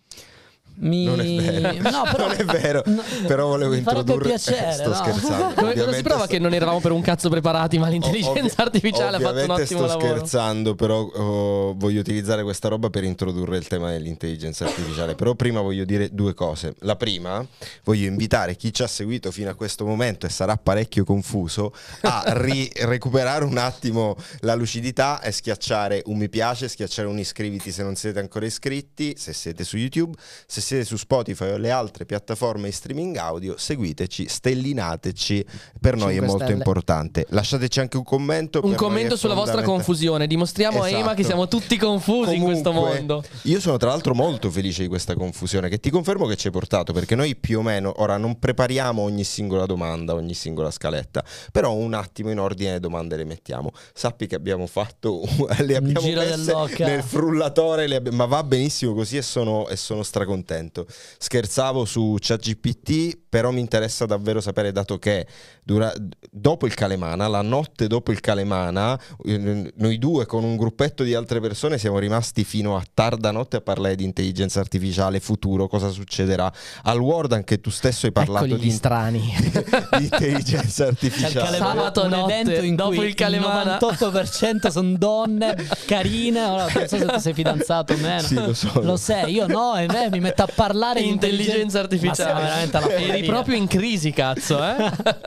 Mi... Non è vero, No, però... non è vero, no, però volevo mi farebbe introdurre. piacere, sto no? scherzando. Come cosa si Ovviamente prova sto- che non eravamo per un cazzo preparati, ma Ov- l'intelligenza artificiale ha fatto un ovviamente ottimo sto lavoro. scherzando, però oh, voglio utilizzare questa roba per introdurre il tema dell'intelligenza artificiale. Però prima voglio dire due cose. La prima, voglio invitare chi ci ha seguito fino a questo momento e sarà parecchio confuso a ri- recuperare un attimo la lucidità e schiacciare un mi piace, schiacciare un iscriviti se non siete ancora iscritti, se siete su YouTube, se siete su Spotify o le altre piattaforme di streaming audio, seguiteci, stellinateci, per noi è cinque molto stelle. importante. Lasciateci anche un commento. Un per noi commento è sulla vostra fondamentale. confusione. Dimostriamo a Ema Esatto. che siamo tutti confusi in questo Comunque, mondo. Io sono tra l'altro molto felice di questa confusione, che ti confermo che ci hai portato, perché noi più o meno ora non prepariamo ogni singola domanda, ogni singola scaletta, però un attimo in ordine le domande le mettiamo. Sappi che abbiamo fatto le abbiamo giro messe dell'occa. nel frullatore, le abbi- ma va benissimo così e sono, e sono stracontento. Scherzavo su ChatGPT, però mi interessa davvero sapere, dato che dura- dopo il Calemana, la notte dopo il Calemana, eh, noi due con un gruppetto di altre persone siamo rimasti fino a tarda notte a parlare di intelligenza artificiale, futuro, cosa succederà. Al World anche tu stesso hai parlato Eccoli di, gli strani. di intelligenza C'è il artificiale. Calemana, Sabato un notte, evento in dopo cui il Calemana. il novantotto per cento sono donne carine. Ora, non so se tu sei fidanzato o meno. Sì, lo so. Lo sei, io no, e me mi metto a parlare di Intelligenza Ma siamo artificiale. veramente alla Eri follia. proprio in crisi, cazzo, eh?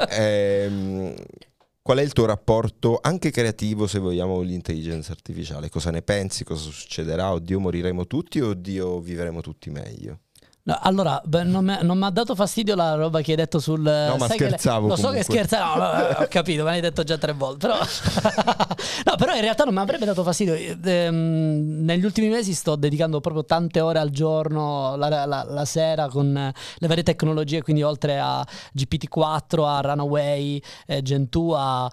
Ehm, qual è il tuo rapporto anche creativo, se vogliamo, con l'intelligenza artificiale? Cosa ne pensi? Cosa succederà? Oddio, moriremo tutti o oddio, vivremo tutti meglio? No, allora, beh, non mi ha dato fastidio la roba che hai detto sul... No, ma sai che le- scherzavo Lo so comunque. che scherzavo, no, no, ho capito, me l'hai detto già tre volte, però... no, però in realtà non mi avrebbe dato fastidio. Ehm, negli ultimi mesi sto dedicando proprio tante ore al giorno, la, la- la sera, con le varie tecnologie, quindi oltre a G P T quattro, a Runaway, eh, Gen due, a,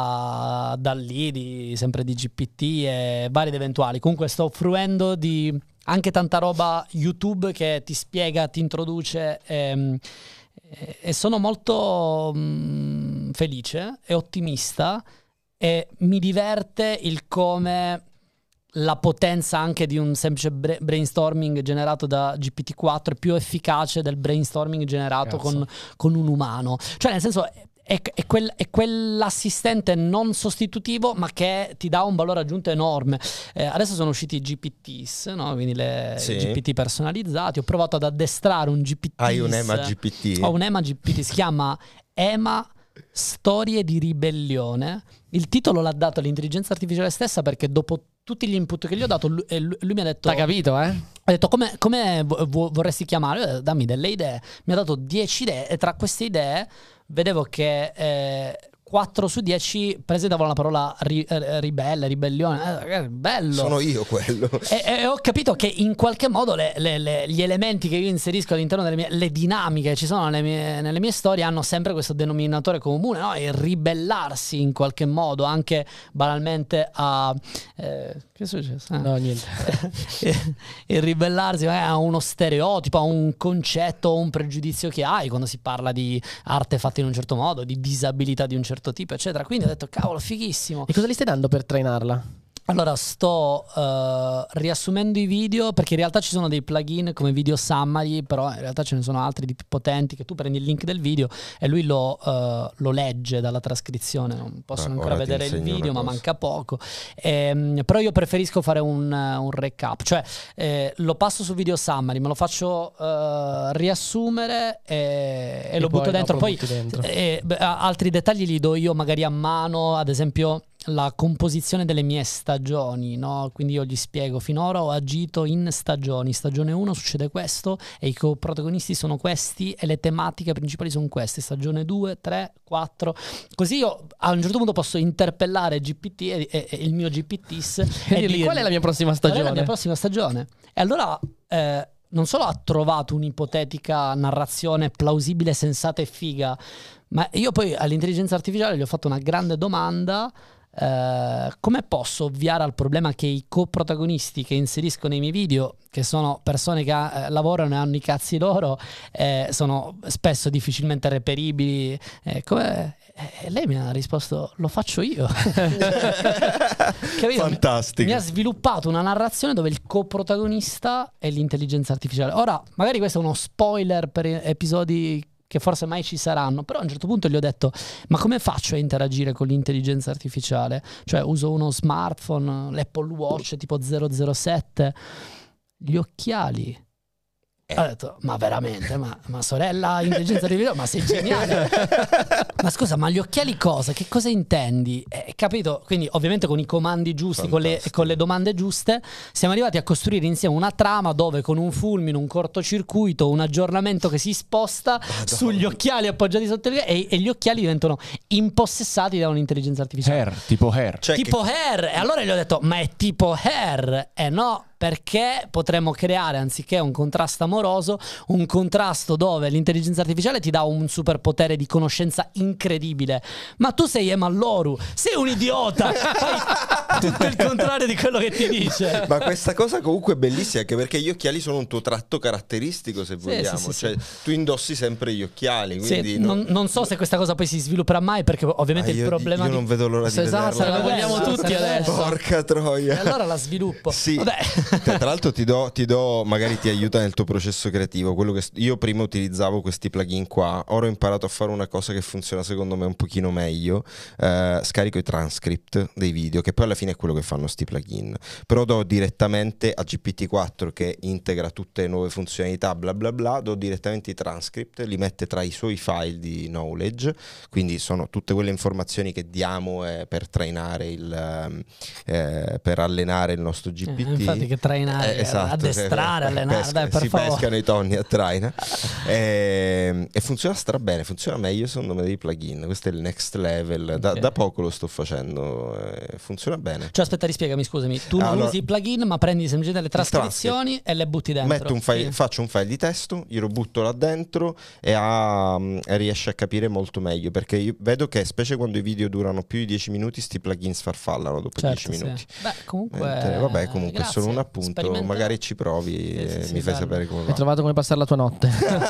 a Dall-E, di, sempre di G P T e vari ed eventuali. Comunque sto fruendo di... anche tanta roba YouTube che ti spiega, ti introduce, ehm, e, e sono molto mm, felice e ottimista, e mi diverte il come la potenza anche di un semplice bre- brainstorming generato da G P T quattro è più efficace del brainstorming generato con, con un umano. Cioè, nel senso, è, è, quel, è quell'assistente non sostitutivo, ma che ti dà un valore aggiunto enorme. Eh, adesso sono usciti i G P Ts, no? Quindi le Sì. G P T personalizzati. Ho provato ad addestrare un G P T. Hai un Ema G P T? Ho un Ema G P T, si chiama Ema Storie di ribellione. Il titolo l'ha dato l'intelligenza artificiale stessa, perché dopo tutti gli input che gli ho dato, lui, e lui, lui mi ha detto... T'ha capito, eh? Ha detto come, come vo- vo- vorresti chiamare? Io ho detto, dammi delle idee. Mi ha dato dieci idee e tra queste idee vedevo che eh, quattro su dieci presentavano la parola ri- eh, ribelle, ribellione. Eh, bello. Sono io quello. E, e ho capito che in qualche modo le, le, le, gli elementi che io inserisco all'interno delle mie, le dinamiche che ci sono nelle mie, nelle mie storie hanno sempre questo denominatore comune, no? Il ribellarsi in qualche modo, anche banalmente a... Eh, che è successo? Eh. No, niente. Il ribellarsi eh, a uno stereotipo, a un concetto o un pregiudizio che hai quando si parla di arte fatta in un certo modo, di disabilità di un certo tipo, eccetera. Quindi ho detto, cavolo, fighissimo. E cosa gli stai dando per trainarla? Allora sto uh, riassumendo i video, perché in realtà ci sono dei plugin come Video Summary, però in realtà ce ne sono altri di più potenti, che tu prendi il link del video e lui lo, uh, lo legge dalla trascrizione. Non posso Ah, ancora ora ti vedere il insegno video, una ma cosa. manca poco. Ehm, però io preferisco fare un, un recap, cioè eh, lo passo su Video Summary, me lo faccio uh, riassumere e, e E lo poi butto dentro. dopo Poi butti dentro. eh, beh, altri dettagli li do io magari a mano, ad esempio la composizione delle mie stagioni, no? Quindi io gli spiego: finora ho agito in stagioni, stagione uno succede questo e i coprotagonisti sono questi e le tematiche principali sono queste, stagione due, tre, quattro, così io a un certo punto posso interpellare G P T e, e, e il mio G P T s e dirgli, dirgli, qual è la mia prossima qual è stagione? la mia prossima stagione? E allora eh, non solo ha trovato un'ipotetica narrazione plausibile, sensata e figa, ma io poi all'intelligenza artificiale gli ho fatto una grande domanda. Uh, come posso ovviare al problema che i coprotagonisti che inserisco nei miei video, che sono persone che uh, lavorano e hanno i cazzi loro, eh, sono spesso difficilmente reperibili, eh, come... E lei mi ha risposto: lo faccio io. Capito? Fantastico. Mi ha sviluppato una narrazione dove il coprotagonista è l'intelligenza artificiale. Ora magari questo è uno spoiler per episodi che forse mai ci saranno, però a un certo punto gli ho detto: ma come faccio a interagire con l'intelligenza artificiale? Cioè uso uno smartphone, l'Apple Watch tipo zero zero sette, gli occhiali. Eh. Ho detto: ma veramente? Ma, ma sorella intelligenza artificiale, ma sei geniale. Ma scusa, ma gli occhiali cosa? Che cosa intendi? Eh, capito? Quindi ovviamente con i comandi giusti, con le, con le domande giuste, siamo arrivati a costruire insieme una trama dove con un fulmine, un cortocircuito, un aggiornamento che si sposta Madonna. sugli occhiali appoggiati sotto il e, e gli occhiali diventano impossessati da un'intelligenza artificiale. Hair, tipo Hair. Cioè tipo che... Hair. E allora gli ho detto: ma è tipo Hair? Eh no, perché potremmo creare, anziché un contrasto amoroso, un contrasto dove l'intelligenza artificiale ti dà un superpotere di conoscenza incredibile, ma tu sei Emma Loru, sei un idiota, fai tutto il contrario di quello che ti dice. Ma questa cosa comunque è bellissima, anche perché gli occhiali sono un tuo tratto caratteristico, se Sì, vogliamo. sì, sì, Cioè, sì. tu indossi sempre gli occhiali, quindi Sì, no- non, non so se questa cosa poi si svilupperà mai, perché ovviamente Ah, il io, problema io di... non vedo l'ora di Esatto, vederla. la vogliamo Sarebbe tutti bello, adesso. Porca troia. E allora la sviluppo. Sì. Vabbè. Tra l'altro ti do, ti do, magari ti aiuta nel tuo processo creativo. Quello che io prima utilizzavo questi plugin qua, ora ho imparato a fare una cosa che funziona secondo me un pochino meglio. Eh, scarico i transcript dei video, che poi alla fine è quello che fanno sti plugin, però do direttamente a G P T quattro, che integra tutte le nuove funzionalità, bla bla bla, do direttamente i transcript, li mette tra i suoi file di knowledge, quindi sono tutte quelle informazioni che diamo eh, per trainare il eh, per allenare il nostro G P T. Eh, infatti che trainare, Eh, esatto, addestrare, eh, allenare, pesca- dai, per si favore. pescano i tonni a traina. e, e funziona strabene, funziona meglio secondo me dei plugin. Questo è il next level, da, Ok. da poco lo sto facendo, eh, funziona bene. Cioè aspetta, rispiegami, scusami. Tu non Allora, usi i plugin, ma prendi semplicemente le trascrizioni e le butti dentro. Metto un file, Sì. faccio un file di testo, glielo butto là dentro e, ha, e riesce a capire molto meglio, perché io vedo che specie quando i video durano più di dieci minuti sti plugin sfarfallano dopo Certo, dieci minuti. sì. Beh, comunque, Mentre, vabbè, comunque è grazie. solo un appunto, Sperimenterò. magari ci provi e Sì, sì, sì, mi fai bello. sapere come Hai va. trovato come passare la tua notte.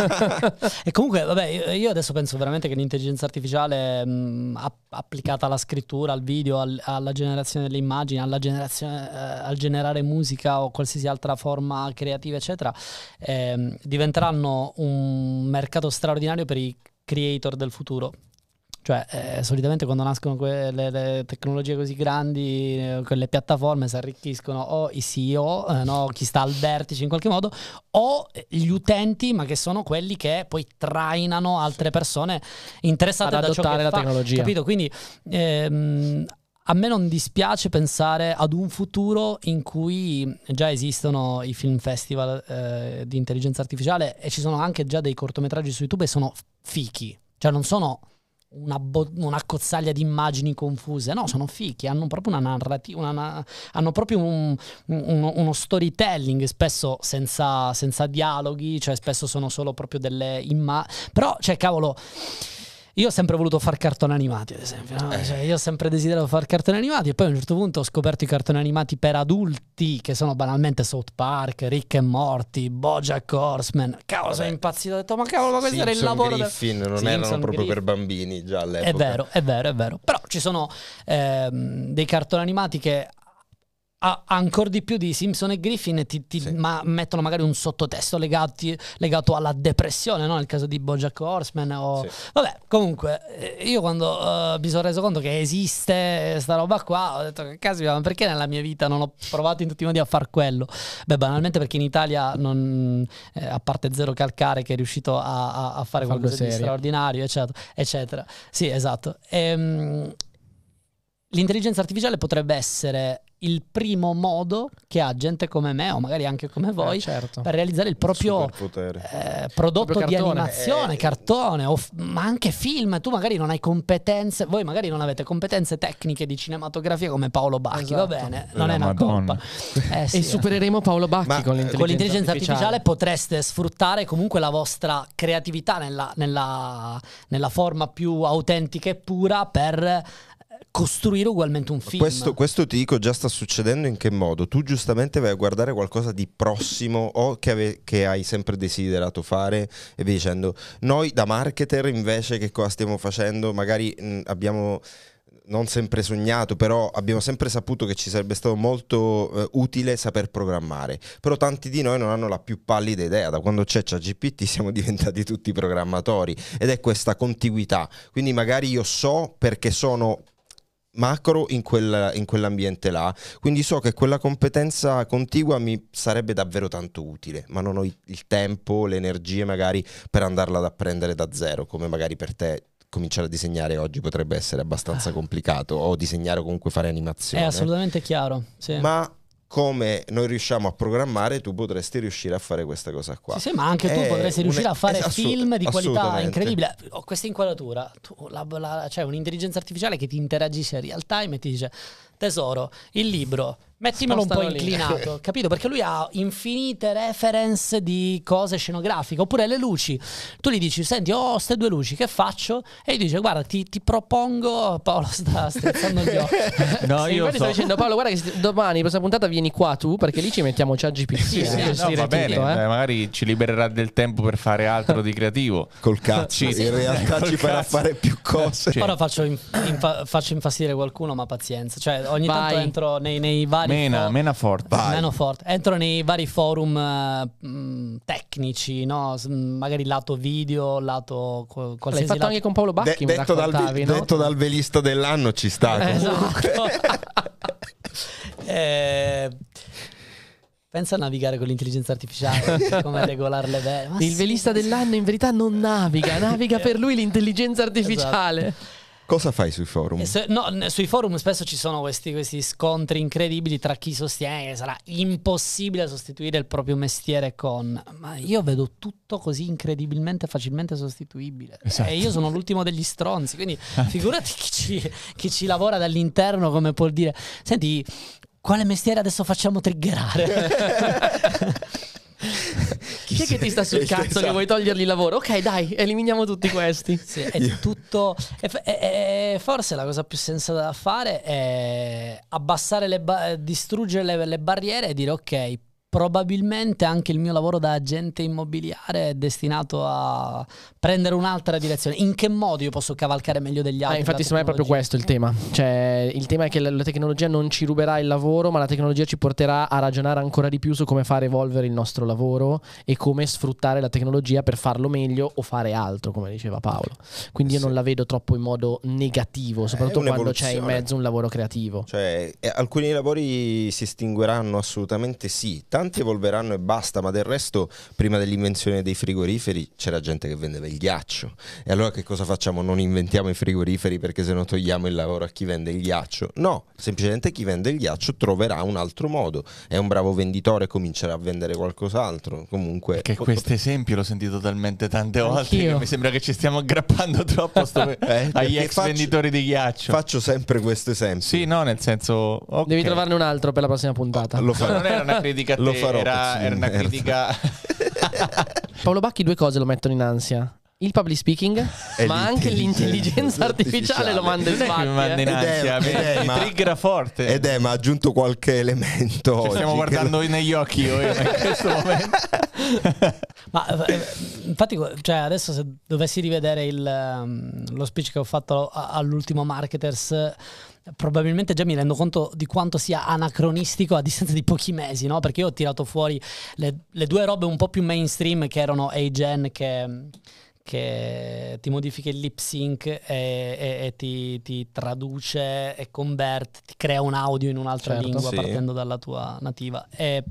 E comunque, vabbè, io- io adesso penso veramente che l'intelligenza artificiale mh, app- applicata alla scrittura, al video, al- alla generazione delle immagini, alla generazione, eh, al generare musica o qualsiasi altra forma creativa, eccetera, ehm, diventeranno un mercato straordinario per i creator del futuro. Cioè, eh, solitamente quando nascono quelle le tecnologie così grandi, eh, quelle piattaforme si arricchiscono o i C E O, eh, no? Chi sta al vertice in qualche modo, o gli utenti, ma che sono quelli che poi trainano altre persone interessate Ad da ciò adottare che la fa, tecnologia. capito? Quindi ehm, a me non dispiace pensare ad un futuro in cui già esistono i film festival eh, di intelligenza artificiale e ci sono anche già dei cortometraggi su YouTube e sono fichi, cioè non sono una, bo- una cozzaglia di immagini confuse, no, sono fichi, hanno proprio una narrativa, una na- hanno proprio un, un, uno storytelling, spesso senza, senza dialoghi, cioè spesso sono solo proprio delle immagini, però, cioè, cavolo, io ho sempre voluto fare cartoni animati, ad esempio, no? Cioè, io ho sempre desiderato fare cartoni animati e poi a un certo punto ho scoperto i cartoni animati per adulti che sono banalmente South Park, Rick and Morty, BoJack Horseman. Cavolo, sono impazzito, ho detto ma cavolo, ma questo Simpson, era il lavoro Griffin del... non Simpson, erano proprio Griffin. per bambini già all'epoca. È vero, è vero, è vero. Però ci sono ehm, dei cartoni animati che a- ancora di più di Simpson e Griffin ti, ti Sì. ma- mettono magari un sottotesto legati, legato alla depressione, no? Nel caso di BoJack Horseman o... Sì. Vabbè, comunque eh, io quando eh, mi sono reso conto che esiste sta roba qua ho detto che caspita, ma perché nella mia vita non ho provato in tutti i modi a far quello? Beh, banalmente perché in Italia non, eh, a parte Zero Calcare che è riuscito a, a, a fare Farlo qualcosa di serio. straordinario, eccetera, eccetera. Sì, esatto. Ehm, l'intelligenza artificiale potrebbe essere il primo modo che ha gente come me o magari anche come voi Eh, certo. per realizzare il proprio Superpotere. eh, prodotto Proprio di cartone. animazione, Eh, cartone, o f- ma anche film. Tu magari non hai competenze, voi magari non avete competenze tecniche di cinematografia come Paolo Bacchi, va Esatto. bene, non La è una Madonna. colpa. Eh, sì, E supereremo Paolo Bacchi Ma, con eh, l'intelligenza, con l'intelligenza artificiale. potreste sfruttare comunque la vostra creatività nella, nella, nella forma più autentica e pura per eh, costruire ugualmente un film. Questo, questo ti dico già sta succedendo. In che modo? Tu giustamente vai a guardare qualcosa di prossimo o che, ave- che hai sempre desiderato fare e via dicendo. Noi da marketer invece che cosa stiamo facendo? Magari mh, abbiamo non sempre sognato, però abbiamo sempre saputo che ci sarebbe stato molto eh, utile saper programmare. Però tanti di noi non hanno la più pallida idea. Da quando c'è ChatGPT siamo diventati tutti programmatori ed è questa contiguità. Quindi magari io so perché sono macro in, quel, in quell'ambiente là, quindi so che quella competenza contigua mi sarebbe davvero tanto utile, ma non ho il, il tempo, le energie magari per andarla ad apprendere da zero, come magari per te cominciare a disegnare oggi potrebbe essere abbastanza complicato, o disegnare o comunque fare È animazione. assolutamente chiaro. Sì. Ma come noi riusciamo a programmare, tu potresti riuscire a fare questa cosa qua. Sì, sì, ma anche tu È potresti un- riuscire a fare es- assolut- film di qualità assolutamente. incredibile. Ho questa inquadratura, tu, la, la, c'è un'intelligenza artificiale che ti interagisce in real time e ti dice tesoro, il libro, mettimelo un po' Spostalo lì. inclinato, capito? Perché lui ha infinite reference di cose scenografiche, oppure le luci. Tu gli dici, senti, ho queste due luci, che faccio? E gli dice, guarda, ti, ti propongo, Paolo sta strizzando gli occhi. No, Sì, io infatti so. sto dicendo Paolo, guarda che se- domani, prossima puntata, vieni qua tu, perché lì ci mettiamo ChatGPT. Sì, eh, sì, a no, gestire No, va bene, tutto, eh. eh, magari ci libererà del tempo per fare altro di creativo. Col cazzo, Sì, sì. in realtà Col ci farà cazzo. fare più cose. Sì. Ora faccio, in- infa- faccio infastidire qualcuno, ma pazienza. Cioè, ogni Vai. tanto entro nei, nei vari Mena, fo- mena forte. Vai. meno forte. Entro nei vari forum eh, mh, tecnici, no? S- magari lato video, lato qu- L'hai qualsiasi fatto lato. anche con Paolo Bacchi, De- mi detto, dal, raccontavi, no? detto dal velista dell'anno ci sta comunque. Esatto. Eh, pensa a navigare con l'intelligenza artificiale, come regolarle bene. Ma Il sì, velista sì. dell'anno in verità non naviga, naviga per lui l'intelligenza artificiale. Cosa fai sui forum? E se- no, n- sui forum spesso ci sono questi, questi scontri incredibili tra chi sostiene che sarà impossibile sostituire il proprio mestiere con... Ma io vedo tutto così incredibilmente facilmente sostituibile. Esatto. E io sono l'ultimo degli stronzi, quindi figurati chi ci, chi ci lavora dall'interno come può dire... Senti, quale mestiere adesso facciamo triggerare? Chi è che ti sta sul cazzo Esatto. che vuoi togliergli il lavoro? Ok, dai, eliminiamo tutti questi. Sì, è tutto. E, f- e- e forse la cosa più sensata da fare è abbassare le ba- distruggere le, le barriere e dire ok, probabilmente anche il mio lavoro da agente immobiliare è destinato a prendere un'altra direzione. In che modo io posso cavalcare meglio degli altri? Ah, infatti, la secondo me è proprio tecnologia? questo il tema. Cioè, il tema è che la, la tecnologia non ci ruberà il lavoro, ma la tecnologia ci porterà a ragionare ancora di più su come fare evolvere il nostro lavoro e come sfruttare la tecnologia per farlo meglio o fare altro, come diceva Paolo. Quindi io Sì. non la vedo troppo in modo negativo, soprattutto quando c'è in un'evoluzione. mezzo un lavoro creativo. Cioè, eh, alcuni lavori si estingueranno assolutamente sì. tanti evolveranno e basta, ma del resto prima dell'invenzione dei frigoriferi c'era gente che vendeva il ghiaccio. E allora che cosa facciamo? Non inventiamo i frigoriferi perché se no togliamo il lavoro a chi vende il ghiaccio? No, semplicemente chi vende il ghiaccio troverà un altro modo. È un bravo venditore, comincerà a vendere qualcos'altro. Comunque che questo esempio l'ho sentito talmente tante volte Anch'io. che mi sembra che ci stiamo aggrappando troppo a sto- Eh, agli perché ex faccio- venditori di ghiaccio. Faccio sempre questo esempio. Sì, no, nel senso ok. Devi trovarne un altro per la prossima puntata. Lo Ma farò. non era una critica a te, Lo farò, era, pezzo di era una merda. critica. Paolo Bacchi due cose lo mettono in ansia. Il public speaking, E ma anche l'intelligenza l'intelligenza artificiale lo manda in Non è che mi manda in sbatti. eh. Ed è- ansia, mi, ed è, mi ma- triggera forte. Ed è, ma ha aggiunto qualche elemento Ci oggi stiamo che- guardando negli occhi io e in questo momento. Ma eh, infatti, cioè, adesso se dovessi rivedere il, ehm, lo speech che ho fatto a- all'ultimo Marketers, eh, probabilmente già mi rendo conto di quanto sia anacronistico a distanza di pochi mesi, no? Perché io ho tirato fuori le, le due robe un po' più mainstream, che erano A-Gen, che che ti modifica il lip sync e, e- e ti, ti traduce e convert, ti crea un audio in un'altra Certo. lingua Sì. partendo dalla tua nativa. E,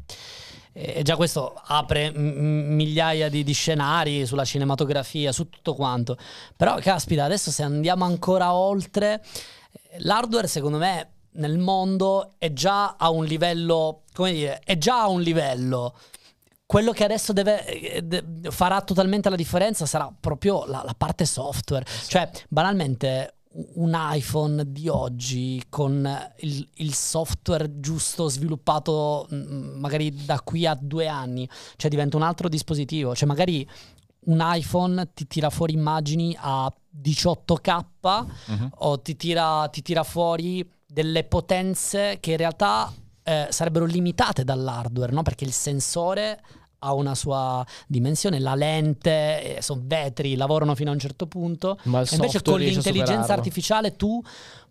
e già questo apre m- migliaia di, di scenari sulla cinematografia, su tutto quanto. Però caspita, adesso se andiamo ancora oltre, l'hardware secondo me nel mondo è già a un livello, come dire, è già a un livello. Quello che adesso deve, eh, de- farà totalmente la differenza sarà proprio la, la parte software. Cioè, banalmente, un iPhone di oggi con il, il software giusto sviluppato mh, magari da qui a due anni, cioè diventa un altro dispositivo. Cioè, magari un iPhone ti tira fuori immagini a diciotto K Mhm. o ti tira, ti tira fuori delle potenze che in realtà eh, sarebbero limitate dall'hardware, no? Perché il sensore ha una sua dimensione, la lente, eh, sono vetri, lavorano fino a un certo punto. Ma il E invece software con riesce a l'intelligenza superarlo. artificiale tu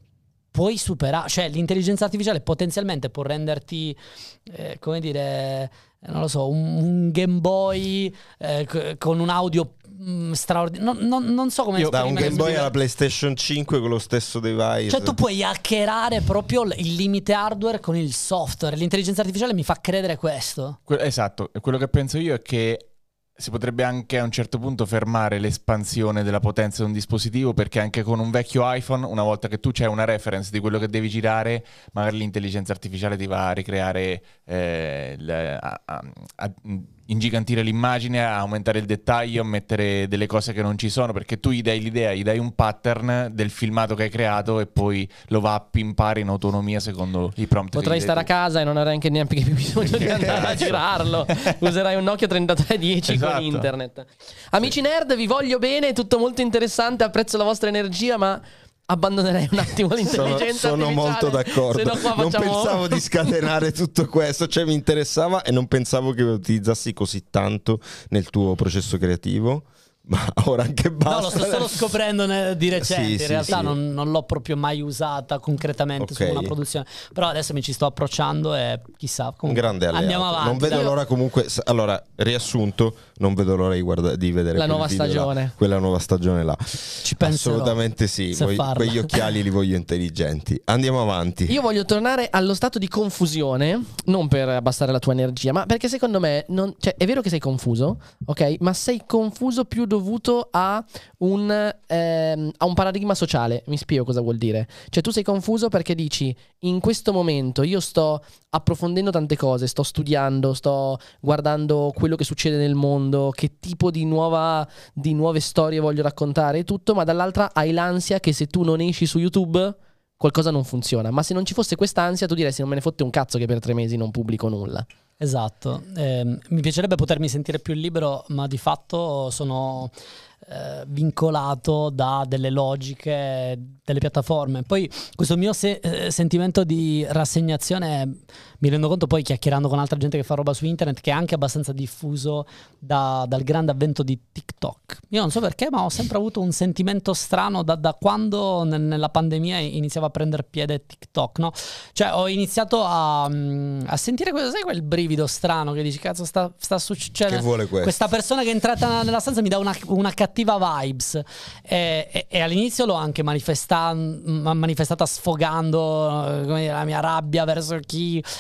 puoi superare, cioè l'intelligenza artificiale potenzialmente può renderti, eh, come dire, eh, non lo so, un, un Game Boy eh, c- con un audio mm, straordinario. Non, non- non so come Da un esprimere Game Boy questo. alla PlayStation cinque con lo stesso device. Cioè tu puoi hackerare proprio l- il limite hardware con il software. L'intelligenza artificiale mi fa credere questo. Que- esatto, e quello che penso io è che si potrebbe anche a un certo punto fermare l'espansione della potenza di un dispositivo, perché anche con un vecchio iPhone, una volta che tu c'hai una reference di quello che devi girare, magari l'intelligenza artificiale ti va a ricreare, eh, il- a, a- a ingigantire l'immagine, a aumentare il dettaglio, a mettere delle cose che non ci sono, perché tu gli dai l'idea, gli dai un pattern del filmato che hai creato e poi lo va a pimpare in autonomia secondo i prompt. che Potrai gli dai stare a tu. casa e non avrai anche neanche più bisogno di andare a girarlo. Userai un Nokia trentatré dieci Esatto. con internet. Amici nerd, vi voglio bene, è tutto molto interessante, apprezzo la vostra energia, ma abbandonerei un attimo Sono, l'intelligenza sono artificiale. molto d'accordo. Se no qua Non facciamo- pensavo di scatenare tutto questo, cioè mi interessava e non pensavo che lo utilizzassi così tanto nel tuo processo creativo. Ma ora anche basta. No, lo sto solo scoprendo ne- di recente. Sì, In sì, realtà sì. Non, non l'ho proprio mai usata concretamente Ok. su una produzione. Però adesso mi ci sto approcciando e chissà. Un Comunque, grande alleato. andiamo avanti. Non vedo dai. l'ora comunque. s- Allora, riassunto, non vedo l'ora di, guarda- di vedere La quel nuova video là, stagione. quella nuova stagione là. Ci penserò. Assolutamente sì. se Voglio- farla. quegli occhiali li voglio intelligenti. Andiamo avanti. Io voglio tornare allo stato di confusione, non per abbassare la tua energia, ma perché secondo me non- cioè, è vero che sei confuso, ok? Ma sei confuso più dovuto a un, ehm, a un paradigma sociale. Mi spiego cosa vuol dire. Cioè tu sei confuso perché dici in questo momento io sto approfondendo tante cose, sto studiando, sto guardando quello che succede nel mondo, che tipo di, nuova, di nuove storie voglio raccontare e tutto, ma dall'altra hai l'ansia che se tu non esci su YouTube qualcosa non funziona. Ma se non ci fosse quest'ansia tu diresti non me ne fotte un cazzo che per tre mesi non pubblico nulla. Esatto. Ehm, mi piacerebbe potermi sentire più libero, ma di fatto sono eh, vincolato da delle logiche delle piattaforme. Poi questo mio se- eh, sentimento di rassegnazione mi rendo conto poi chiacchierando con altra gente che fa roba su internet che è anche abbastanza diffuso da- dal grande avvento di TikTok. Io non so perché, ma ho sempre avuto un sentimento strano da, da quando ne- nella pandemia iniziava a prendere piede TikTok, no? Cioè ho iniziato a, mm, a sentire quello, sai quel brivido strano che dici cazzo sta, sta succedendo. Che vuole questo? Questa persona che è entrata nella stanza mi dà una, una cattiva vibes e, e- e all'inizio l'ho anche manifesta- ma- manifestata sfogando eh, come dire, la mia rabbia verso chi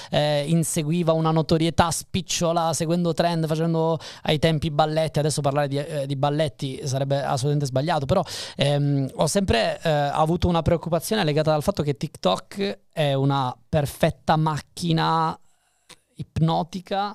eh, inseguiva una notorietà spicciola, seguendo trend, facendo ai tempi balletti. Adesso parlare di, eh, di balletti sarebbe assolutamente sbagliato, però ehm, ho sempre eh, avuto una preoccupazione legata dal fatto che TikTok è una perfetta macchina ipnotica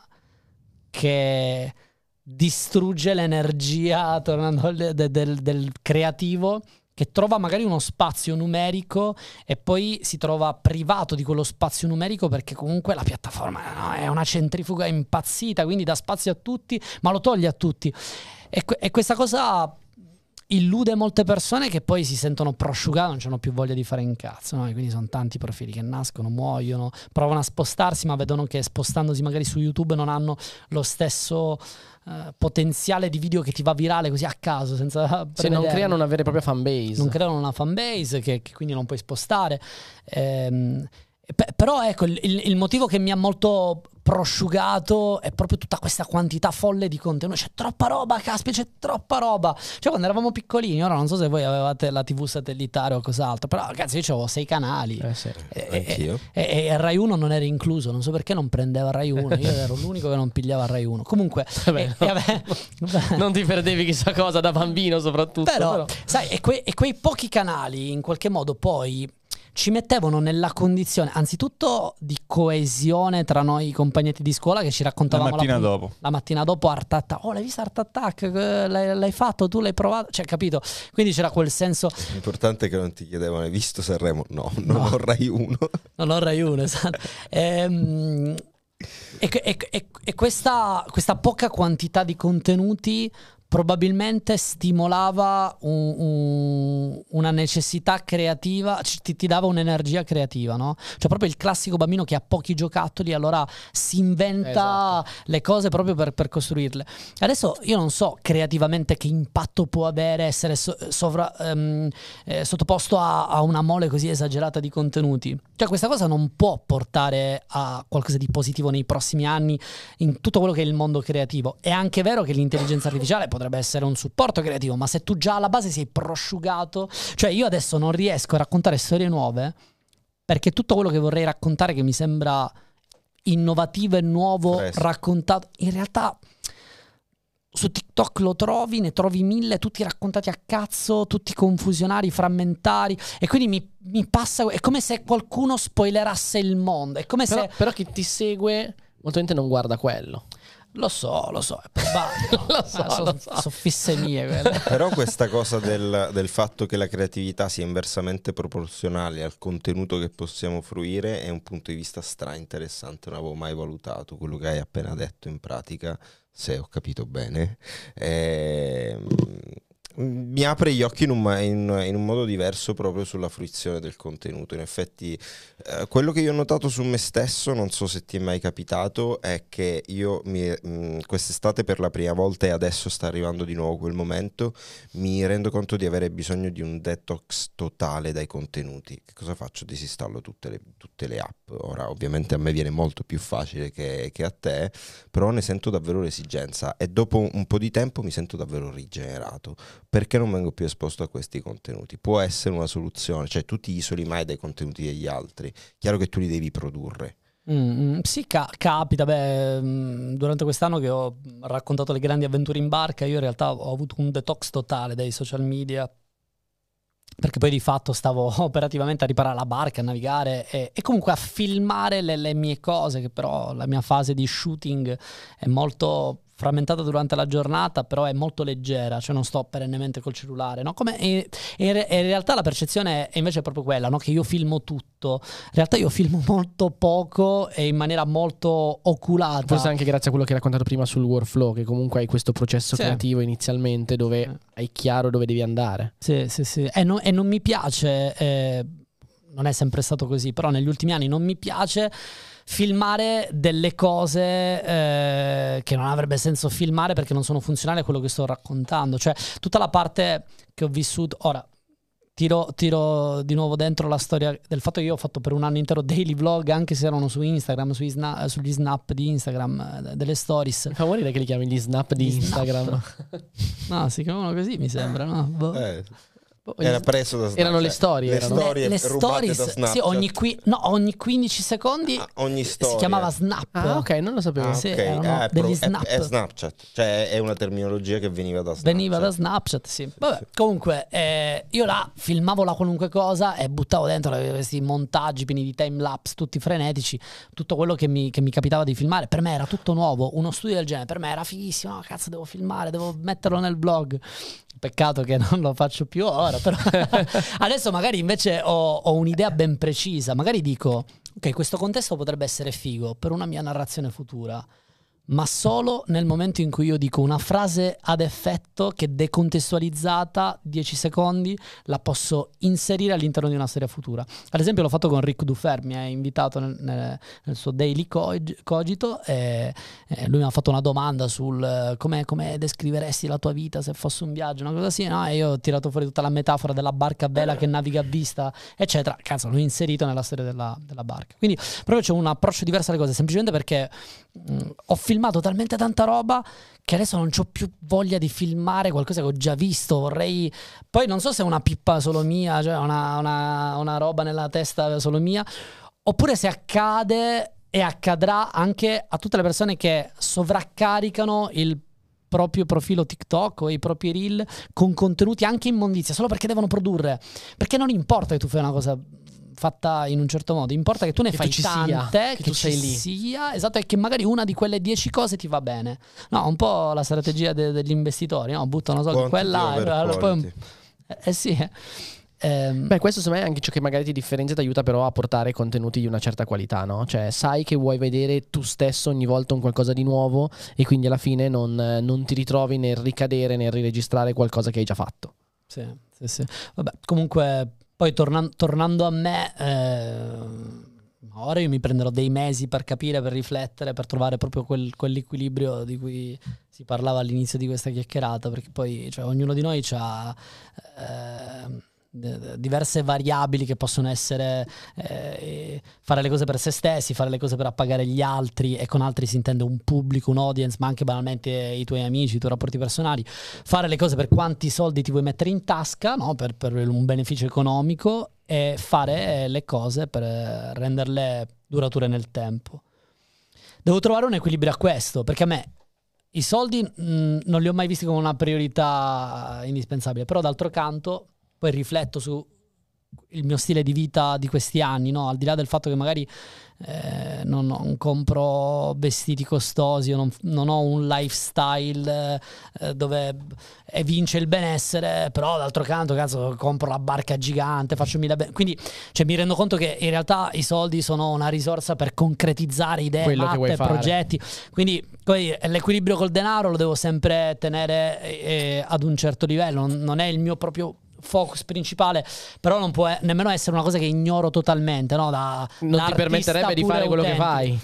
che distrugge l'energia, tornando al- de- del, del creativo, che trova magari uno spazio numerico e poi si trova privato di quello spazio numerico perché comunque la piattaforma, no, è una centrifuga impazzita, quindi dà spazio a tutti ma lo toglie a tutti, e, que- e questa cosa illude molte persone che poi si sentono prosciugate, non hanno più voglia di fare incazzo, no? E quindi sono tanti profili che nascono, muoiono, provano a spostarsi ma vedono che spostandosi magari su YouTube non hanno lo stesso eh, potenziale di video che ti va virale così a caso, senza Se non prevederlo. creano una vera e propria fanbase. Non creano una fanbase che, che quindi non puoi spostare. Ehm, pe- però ecco, il, il- il motivo che mi ha molto prosciugato è proprio tutta questa quantità folle di contenuto. C'è troppa roba, caspita, c'è troppa roba. Cioè quando eravamo piccolini, ora non so se voi avevate la tivù satellitare o cos'altro, però ragazzi io avevo sei canali. Eh sì. E, Anch'io. e, e, e Rai uno non era incluso, non so perché non prendeva Rai uno, io ero l'unico che non pigliava Rai uno. Comunque, Vabbè, e- no. e vabbè, Non ti perdevi chissà cosa da bambino soprattutto. però, però. sai, e, que- e quei pochi canali in qualche modo poi ci mettevano nella condizione, anzitutto, di coesione tra noi compagnetti di scuola che ci La raccontavamo mattina pun- dopo. la mattina dopo Art Attack. Oh, l'hai vista Art Attack? Eh, L'hai, l'hai fatto? Tu l'hai provato? Cioè, capito? Quindi c'era quel senso. L'importante è che non ti chiedevano: hai visto Sanremo? No, non No. ho Rai uno. Non ho Rai uno, esatto. Ehm, E, e- e- e questa, questa poca quantità di contenuti probabilmente stimolava un- un- una necessità creativa, ci- ti, ti dava un'energia creativa, no? Cioè proprio il classico bambino che ha pochi giocattoli, allora si inventa le cose proprio per, per costruirle. Adesso io non so creativamente che impatto può avere essere so- sovra- ehm, eh, sottoposto a, a una mole così esagerata di contenuti. Cioè questa cosa non può portare a qualcosa di positivo nei prossimi anni in tutto quello che è il mondo creativo. È anche vero che l'intelligenza artificiale potrebbe essere un supporto creativo, ma se tu già alla base sei prosciugato, cioè io adesso non riesco a raccontare storie nuove perché tutto quello che vorrei raccontare che mi sembra innovativo e nuovo Fresco. raccontato, in realtà su TikTok lo trovi, ne trovi mille, tutti raccontati a cazzo, tutti confusionari, frammentari, e quindi mi, mi passa, è come se qualcuno spoilerasse il mondo, è come Però, se... però chi ti segue molto gente non guarda quello. Lo so, lo so, è probabile. Lo so, sono lo so. fisse mie quelle. Però questa cosa del, del fatto che la creatività sia inversamente proporzionale al contenuto che possiamo fruire è un punto di vista stra interessante, non avevo mai valutato quello che hai appena detto in pratica, se ho capito bene. Ehm, mi apre gli occhi in un, ma- in- in un modo diverso proprio sulla fruizione del contenuto. In effetti, eh, quello che io ho notato su me stesso, non so se ti è mai capitato, è che io mi, mh, quest'estate per la prima volta, e adesso sta arrivando di nuovo quel momento, mi rendo conto di avere bisogno di un detox totale dai contenuti. Che cosa faccio? Disinstallo tutte le, tutte le app. Ora, ovviamente a me viene molto più facile che, che a te, però ne sento davvero l'esigenza e dopo un po' di tempo mi sento davvero rigenerato. Perché non vengo più esposto a questi contenuti? Può essere una soluzione, cioè tu ti isoli mai dai contenuti degli altri, chiaro che tu li devi produrre. Mm, mm, sì, ca- capita. Beh, mm, durante quest'anno che ho raccontato le grandi avventure in barca, io in realtà ho avuto un detox totale dai social media, perché poi di fatto stavo operativamente a riparare la barca, a navigare e, e comunque a filmare le, le mie cose, che però la mia fase di shooting è molto frammentata durante la giornata, però è molto leggera, cioè non sto perennemente col cellulare, no? Come, e, e in re- e in realtà la percezione è invece proprio quella, no? Che io filmo tutto. In realtà io filmo molto poco e in maniera molto oculata. Forse anche grazie a quello che hai raccontato prima sul workflow, che comunque hai questo processo Sì. creativo inizialmente dove Sì. hai chiaro dove devi andare. Sì, sì, sì. E, no- e non mi piace, eh, non è sempre stato così, però negli ultimi anni non mi piace filmare delle cose eh, che non avrebbe senso filmare perché non sono funzionali a quello che sto raccontando. Cioè, tutta la parte che ho vissuto... Ora, tiro, tiro di nuovo dentro la storia del fatto che io ho fatto per un anno intero daily vlog, anche se erano su Instagram, sui sna- sugli snap di Instagram, eh, delle stories. Mi fa morire che li chiami gli snap di Gli snap. Instagram. No, si chiamano così, mi sembra, no? Boh. Eh, Era preso da Snapchat. Erano le storie. Le erano. storie le, le rubate stories, da Snapchat. sì, ogni, qui- no, ogni quindici secondi Ah, ogni storia. si chiamava Snap. Ah, ok, non lo sapevo. Ah, Sì, ok. erano Ah, è, degli pro- è- snap. è Snapchat, cioè è una terminologia che veniva da Snapchat. Veniva da Snapchat, sì. Vabbè, comunque, eh, io là filmavo la qualunque cosa e buttavo dentro questi montaggi pieni di time lapse, tutti frenetici, tutto quello che mi, che mi capitava di filmare. Per me era tutto nuovo, uno studio del genere, per me era fighissimo. No, cazzo, devo filmare, devo metterlo nel blog. Peccato che non lo faccio più ora, però adesso magari invece ho, ho un'idea ben precisa. Magari dico, ok, questo contesto potrebbe essere figo per una mia narrazione futura, ma solo nel momento in cui io dico una frase ad effetto che decontestualizzata dieci secondi la posso inserire all'interno di una storia futura. Ad esempio l'ho fatto con Rick Dufer, mi ha invitato nel, nel, nel suo Daily Cogito e, e lui mi ha fatto una domanda sul come, come descriveresti la tua vita se fosse un viaggio, una cosa così, no? E io ho tirato fuori tutta la metafora della barca a vela che naviga a vista, eccetera. Cazzo, l'ho inserito nella storia della, della barca. Quindi proprio c'è un approccio diverso alle cose, semplicemente perché mh, ho filmato talmente tanta roba che adesso non c'ho più voglia di filmare qualcosa che ho già visto. Vorrei, poi non so se è una pippa solo mia, cioè una, una, una roba nella testa solo mia, oppure se accade e accadrà anche a tutte le persone che sovraccaricano il proprio profilo TikTok o i propri reel con contenuti anche immondizia solo perché devono produrre, perché non importa che tu fai una cosa fatta in un certo modo, importa che tu ne che fai tu ci tante, sia, che, che tu ci sei lì. sia, esatto, e che magari una di quelle dieci cose ti va bene. No, un po' la strategia de- degli investitori, no? Buttano soldi Quantity quella over e allora poi un- quality. eh, eh sì. eh. Ehm, Beh, questo secondo me è anche ciò che magari ti differenzia e ti aiuta però a portare contenuti di una certa qualità, no? Cioè sai che vuoi vedere tu stesso ogni volta un qualcosa di nuovo e quindi alla fine non, non ti ritrovi nel ricadere, nel riregistrare qualcosa che hai già fatto. Sì, sì, sì. Vabbè, comunque, poi tornan- tornando a me, eh, ora io mi prenderò dei mesi per capire, per riflettere, per trovare proprio quel, quell'equilibrio di cui si parlava all'inizio di questa chiacchierata, perché poi cioè, ognuno di noi ha diverse variabili che possono essere eh, fare le cose per se stessi, fare le cose per appagare gli altri, e con altri si intende un pubblico, un audience, ma anche banalmente i tuoi amici, i tuoi rapporti personali, fare le cose per quanti soldi ti vuoi mettere in tasca, no? per, per un beneficio economico, e fare le cose per renderle durature nel tempo. Devo trovare un equilibrio a questo, perché a me i soldi mh, non li ho mai visti come una priorità indispensabile, però d'altro canto poi rifletto su il mio stile di vita di questi anni, no? Al di là del fatto che magari eh, non, non compro vestiti costosi, o non, non ho un lifestyle eh, dove vince il benessere, però d'altro canto cazzo compro la barca gigante, faccio mille ben- quindi cioè, mi rendo conto che in realtà i soldi sono una risorsa per concretizzare idee, Quello che vuoi mappe, fare. progetti, quindi poi l'equilibrio col denaro lo devo sempre tenere eh, ad un certo livello, non, non è il mio proprio focus principale, però non può nemmeno essere una cosa che ignoro totalmente, no? Da, Non ti permetterebbe di fare quello che fai.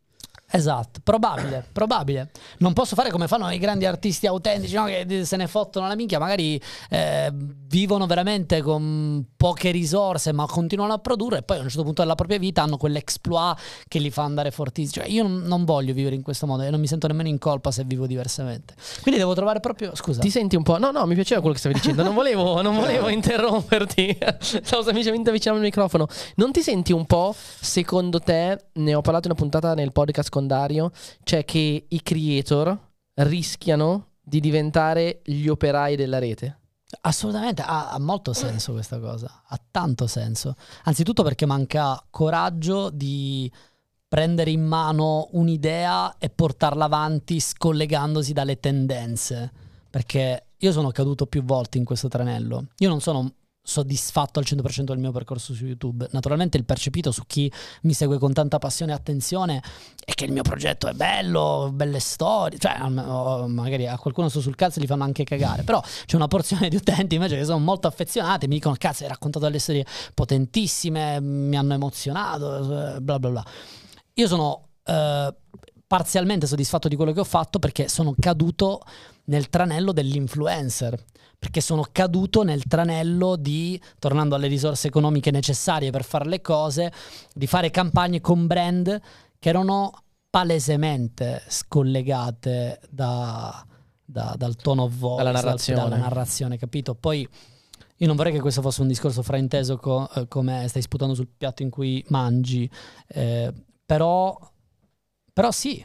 Esatto, probabile, probabile. Non posso fare come fanno i grandi artisti autentici, no? Che se ne fottono la minchia, magari eh, vivono veramente con poche risorse, ma continuano a produrre, e poi a un certo punto della propria vita hanno quell'exploit che li fa andare fortissimo. Cioè, io non, non voglio vivere in questo modo e non mi sento nemmeno in colpa se vivo diversamente. Quindi devo trovare proprio... Scusa. Ti senti un po'... No, no, mi piaceva quello che stavi dicendo. Non volevo, non volevo interromperti. Stavo semplicemente avvicinando il microfono. Non ti senti un po', secondo te, ne ho parlato in una puntata nel podcast con Dario, cioè che i creator rischiano di diventare gli operai della rete? Assolutamente, ha, ha molto senso questa cosa, ha tanto senso. Anzitutto perché manca coraggio di prendere in mano un'idea e portarla avanti scollegandosi dalle tendenze. Perché io sono caduto più volte in questo tranello. Io non sono soddisfatto al cento per cento del mio percorso su YouTube. Naturalmente il percepito su chi mi segue con tanta passione e attenzione è che il mio progetto è bello, belle storie, cioè magari a qualcuno sto sul cazzo e li fanno anche cagare, però c'è una porzione di utenti invece che sono molto affezionati, mi dicono cazzo hai raccontato delle storie potentissime, mi hanno emozionato, bla bla bla. Io sono eh, parzialmente soddisfatto di quello che ho fatto perché sono caduto nel tranello dell'influencer, perché sono caduto nel tranello di, tornando alle risorse economiche necessarie per fare le cose, di fare campagne con brand che erano palesemente scollegate da, da, dal tono of voice, dalla narrazione. dalla narrazione, capito? Poi io non vorrei che questo fosse un discorso frainteso co- eh, come stai sputando sul piatto in cui mangi, eh, però, però sì.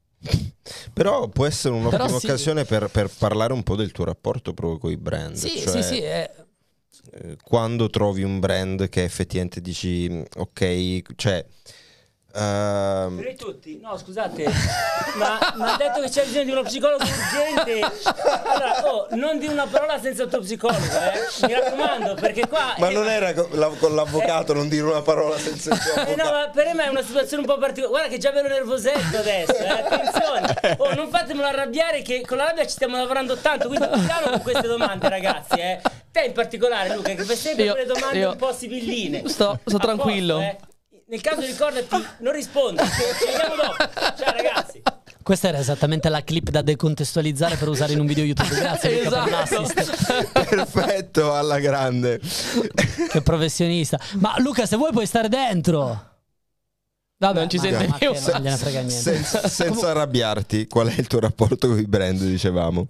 Però può essere un'ottima Però sì. occasione per, per parlare un po' del tuo rapporto proprio con i brand. Sì, cioè, sì, sì. Eh. Quando trovi un brand che effettivamente dici, ok, cioè... Uh... Per tutti? No, scusate, ma mi ha detto che c'è bisogno di uno psicologo urgente. Allora, oh, non di una parola senza il tuo psicologo, eh? Mi raccomando, perché qua... Ma eh, non era con, la, con l'avvocato eh, non dire una parola senza il tuo avvocato. Eh no, ma per me è una situazione un po' particolare. Guarda che già vedo nervosetto adesso, eh? Attenzione. Oh, non fatemelo arrabbiare, che con la rabbia ci stiamo lavorando tanto, quindi piano con queste domande, ragazzi, eh? Te in particolare, Luca, che fai sempre io, quelle domande io, un po' sibilline. Sto, sto tranquillo. Posto, eh? Nel caso ricordati, non rispondi, ci vediamo dopo. Ciao ragazzi. Questa era esattamente la clip da decontestualizzare per usare in un video YouTube. Grazie Luca per l'assist. Perfetto, alla grande. Che professionista. Ma Luca, se vuoi puoi stare dentro. Vabbè, non ci ma, sente ma più. che non gliene frega niente. Senza, senza arrabbiarti, qual è il tuo rapporto con i brand, dicevamo?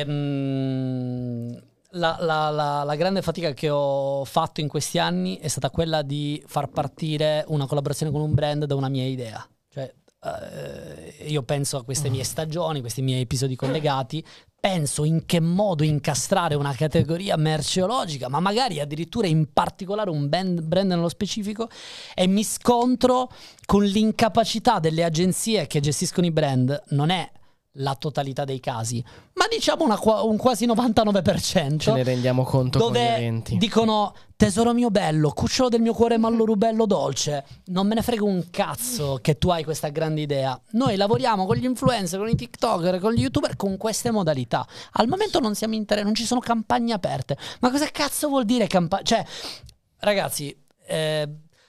Ehm... La, la, la, la grande fatica che ho fatto in questi anni è stata quella di far partire una collaborazione con un brand da una mia idea. Cioè, eh, io penso a queste mie stagioni, questi miei episodi collegati, penso in che modo incastrare una categoria merceologica, ma magari addirittura in particolare un brand, brand nello specifico, e mi scontro con l'incapacità delle agenzie che gestiscono i brand. Non è la totalità dei casi, ma diciamo una, un quasi novantanove per cento. Ce ne rendiamo conto con gli dove eventi. Dicono: tesoro mio bello, cucciolo del mio cuore mallo rubello dolce, non me ne frega un cazzo che tu hai questa grande idea. Noi lavoriamo con gli influencer, con i tiktoker, con gli youtuber con queste modalità. Al momento non siamo interessati, non ci sono campagne aperte. Ma cosa cazzo vuol dire campagna? Cioè, ragazzi, eh,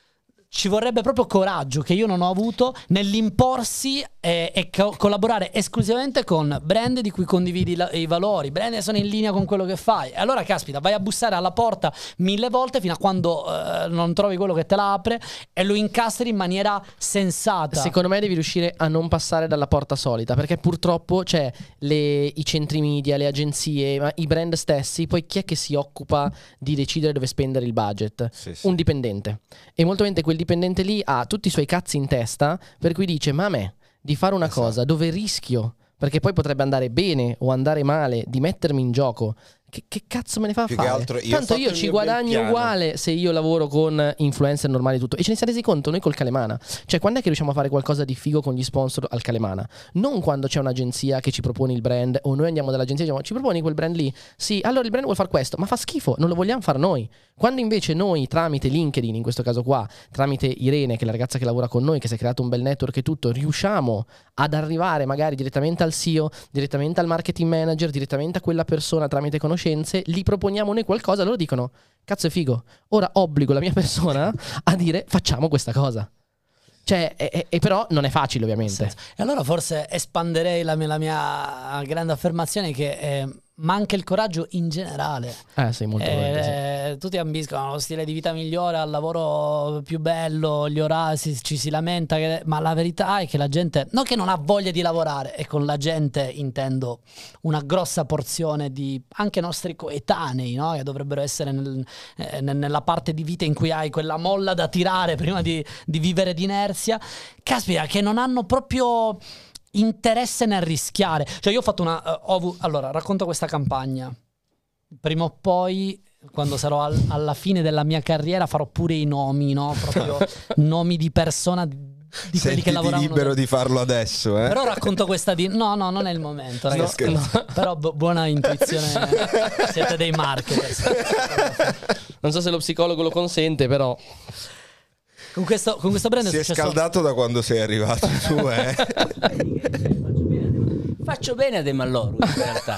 ci vorrebbe proprio coraggio, che io non ho avuto, nell'imporsi e, e co- collaborare esclusivamente con brand di cui condividi la, i valori, brand che sono in linea con quello che fai. E allora, caspita, vai a bussare alla porta mille volte fino a quando uh, non trovi quello che te la apre e lo incastri in maniera sensata. Secondo me devi riuscire a non passare dalla porta solita, perché purtroppo c'è le, i centri media, le agenzie, ma i brand stessi, poi chi è che si occupa di decidere dove spendere il budget? Sì, sì. Un dipendente. E molto volentieri quel dipendente lì ha tutti i suoi cazzi in testa, per cui dice: ma a me di fare una esatto. cosa dove rischio, perché poi potrebbe andare bene o andare male, di mettermi in gioco, che, che cazzo me ne fa Più fare? che altro io ho Tanto fatto io il ci mio guadagno bel piano. uguale se io lavoro con influencer normali e tutto. E ce ne siamo resi conto noi col Calemana. Cioè, quando è che riusciamo a fare qualcosa di figo con gli sponsor al Calemana? Non quando c'è un'agenzia che ci propone il brand, o noi andiamo dall'agenzia e diciamo: ci proponi quel brand lì? Sì, allora il brand vuole fare questo, ma fa schifo, non lo vogliamo fare noi. Quando invece noi, tramite LinkedIn, in questo caso qua, tramite Irene, che è la ragazza che lavora con noi, che si è creato un bel network e tutto, riusciamo ad arrivare magari direttamente al C E O, direttamente al marketing manager, direttamente a quella persona tramite conoscenze, li proponiamo noi qualcosa, loro dicono: cazzo è figo, ora obbligo la mia persona a dire facciamo questa cosa. Cioè, e, e, e però non è facile, ovviamente. E allora forse espanderei la mia, la mia grande affermazione, che eh, manca il coraggio in generale. Eh sì, molto eh, sì. Tutti ambiscono allo stile di vita migliore, al lavoro più bello, gli orari, si, ci si lamenta, che, ma la verità è che la gente, non che non ha voglia di lavorare, e con la gente intendo una grossa porzione di anche nostri coetanei, no? Che dovrebbero essere nel, eh, nella parte di vita in cui hai quella molla da tirare prima di, di vivere d'inerzia. Caspita, che non hanno proprio interesse nel rischiare. Cioè, io ho fatto una uh, ho avu- allora racconto questa campagna. Prima o poi, quando sarò al- alla fine della mia carriera, farò pure i nomi, no? Proprio nomi di persona di, di quelli che lavoravano. libero di farlo adesso, eh? Però racconto questa di no, no, non è il momento, ragazzi. No, No. Però bu- buona intuizione. Siete dei marketers. Non so se lo psicologo lo consente, però Con questo, con questo brand si è è successo... scaldato da quando sei arrivato tu, eh? Faccio bene a De Malloro, in realtà.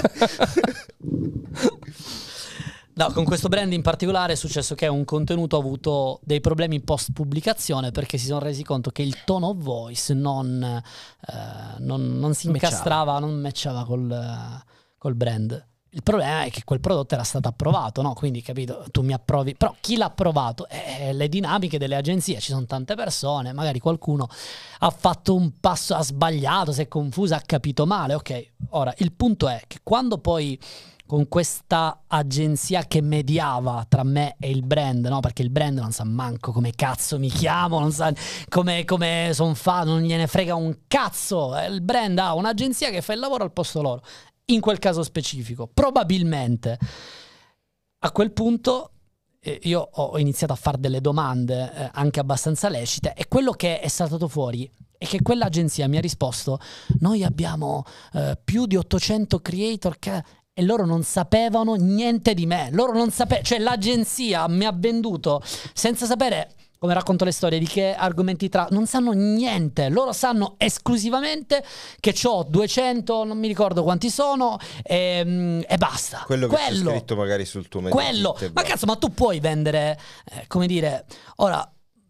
No, con questo brand in particolare è successo che un contenuto ha avuto dei problemi post pubblicazione, perché si sono resi conto che il tone of voice non, eh, non, non si incastrava, non matchava col, col brand. Il problema è che quel prodotto era stato approvato, no? Quindi, capito, tu mi approvi, però chi l'ha approvato? Eh, le dinamiche delle agenzie, ci sono tante persone, magari qualcuno ha fatto un passo, ha sbagliato, si è confuso, ha capito male, ok. Ora, il punto è che quando poi con questa agenzia che mediava tra me e il brand, no? Perché il brand non sa manco come cazzo mi chiamo, non sa come, come son fatto, non gliene frega un cazzo. Il brand ha un'agenzia che fa il lavoro al posto loro, in quel caso specifico. Probabilmente a quel punto eh, io ho iniziato a fare delle domande eh, anche abbastanza lecite, e quello che è saltato fuori è che quell'agenzia mi ha risposto: noi abbiamo eh, più di ottocento creator che... e loro non sapevano niente di me. Loro non sapevano, cioè l'agenzia mi ha venduto senza sapere, come racconto le storie, di che argomenti tra... non sanno niente. Loro sanno esclusivamente che ho duecento, non mi ricordo quanti sono, e, e basta. Quello che quello, c'è scritto magari sul tuo quello. Ma cazzo, ma tu puoi vendere, eh, come dire, ora...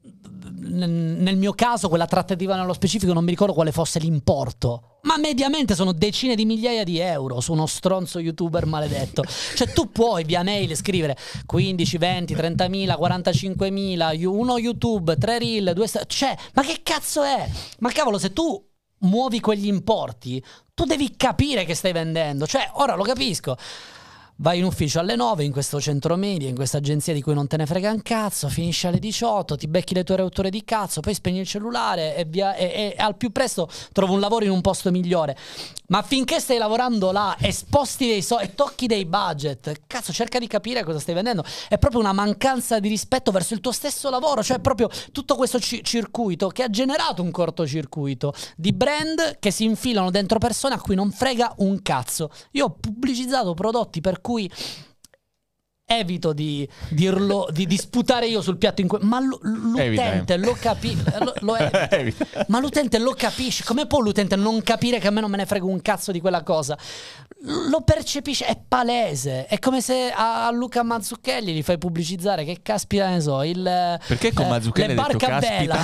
nel mio caso quella trattativa nello specifico non mi ricordo quale fosse l'importo, ma mediamente sono decine di migliaia di euro su uno stronzo youtuber maledetto. Cioè tu puoi via mail scrivere quindici, venti, trentamila, quarantacinquemila, uno YouTube, tre reel, due sta- cioè ma che cazzo è? Ma cavolo, se tu muovi quegli importi tu devi capire che stai vendendo. Cioè ora lo capisco, vai in ufficio alle nove in questo centro media, in questa agenzia di cui non te ne frega un cazzo, finisci alle diciotto, ti becchi le tue rotture di cazzo, poi spegni il cellulare e, via, e, e al più presto trovi un lavoro in un posto migliore. Ma finché stai lavorando là e sposti dei soldi e tocchi dei budget, cazzo, cerca di capire cosa stai vendendo. È proprio una mancanza di rispetto verso il tuo stesso lavoro. Cioè proprio tutto questo ci- circuito che ha generato un cortocircuito di brand che si infilano dentro persone a cui non frega un cazzo. Io ho pubblicizzato prodotti per cui evito di dirlo, di disputare io sul piatto in que- ma l- l'utente Evita. lo capisce, lo, lo evito. Ma l'utente lo capisce. Come può l'utente non capire che a me non me ne frega un cazzo di quella cosa? Lo percepisce, è palese. È come se a Luca Mazzucchelli gli fai pubblicizzare, che caspita ne so, il Perché con eh, Mazzucchelli le hai detto barche a vela.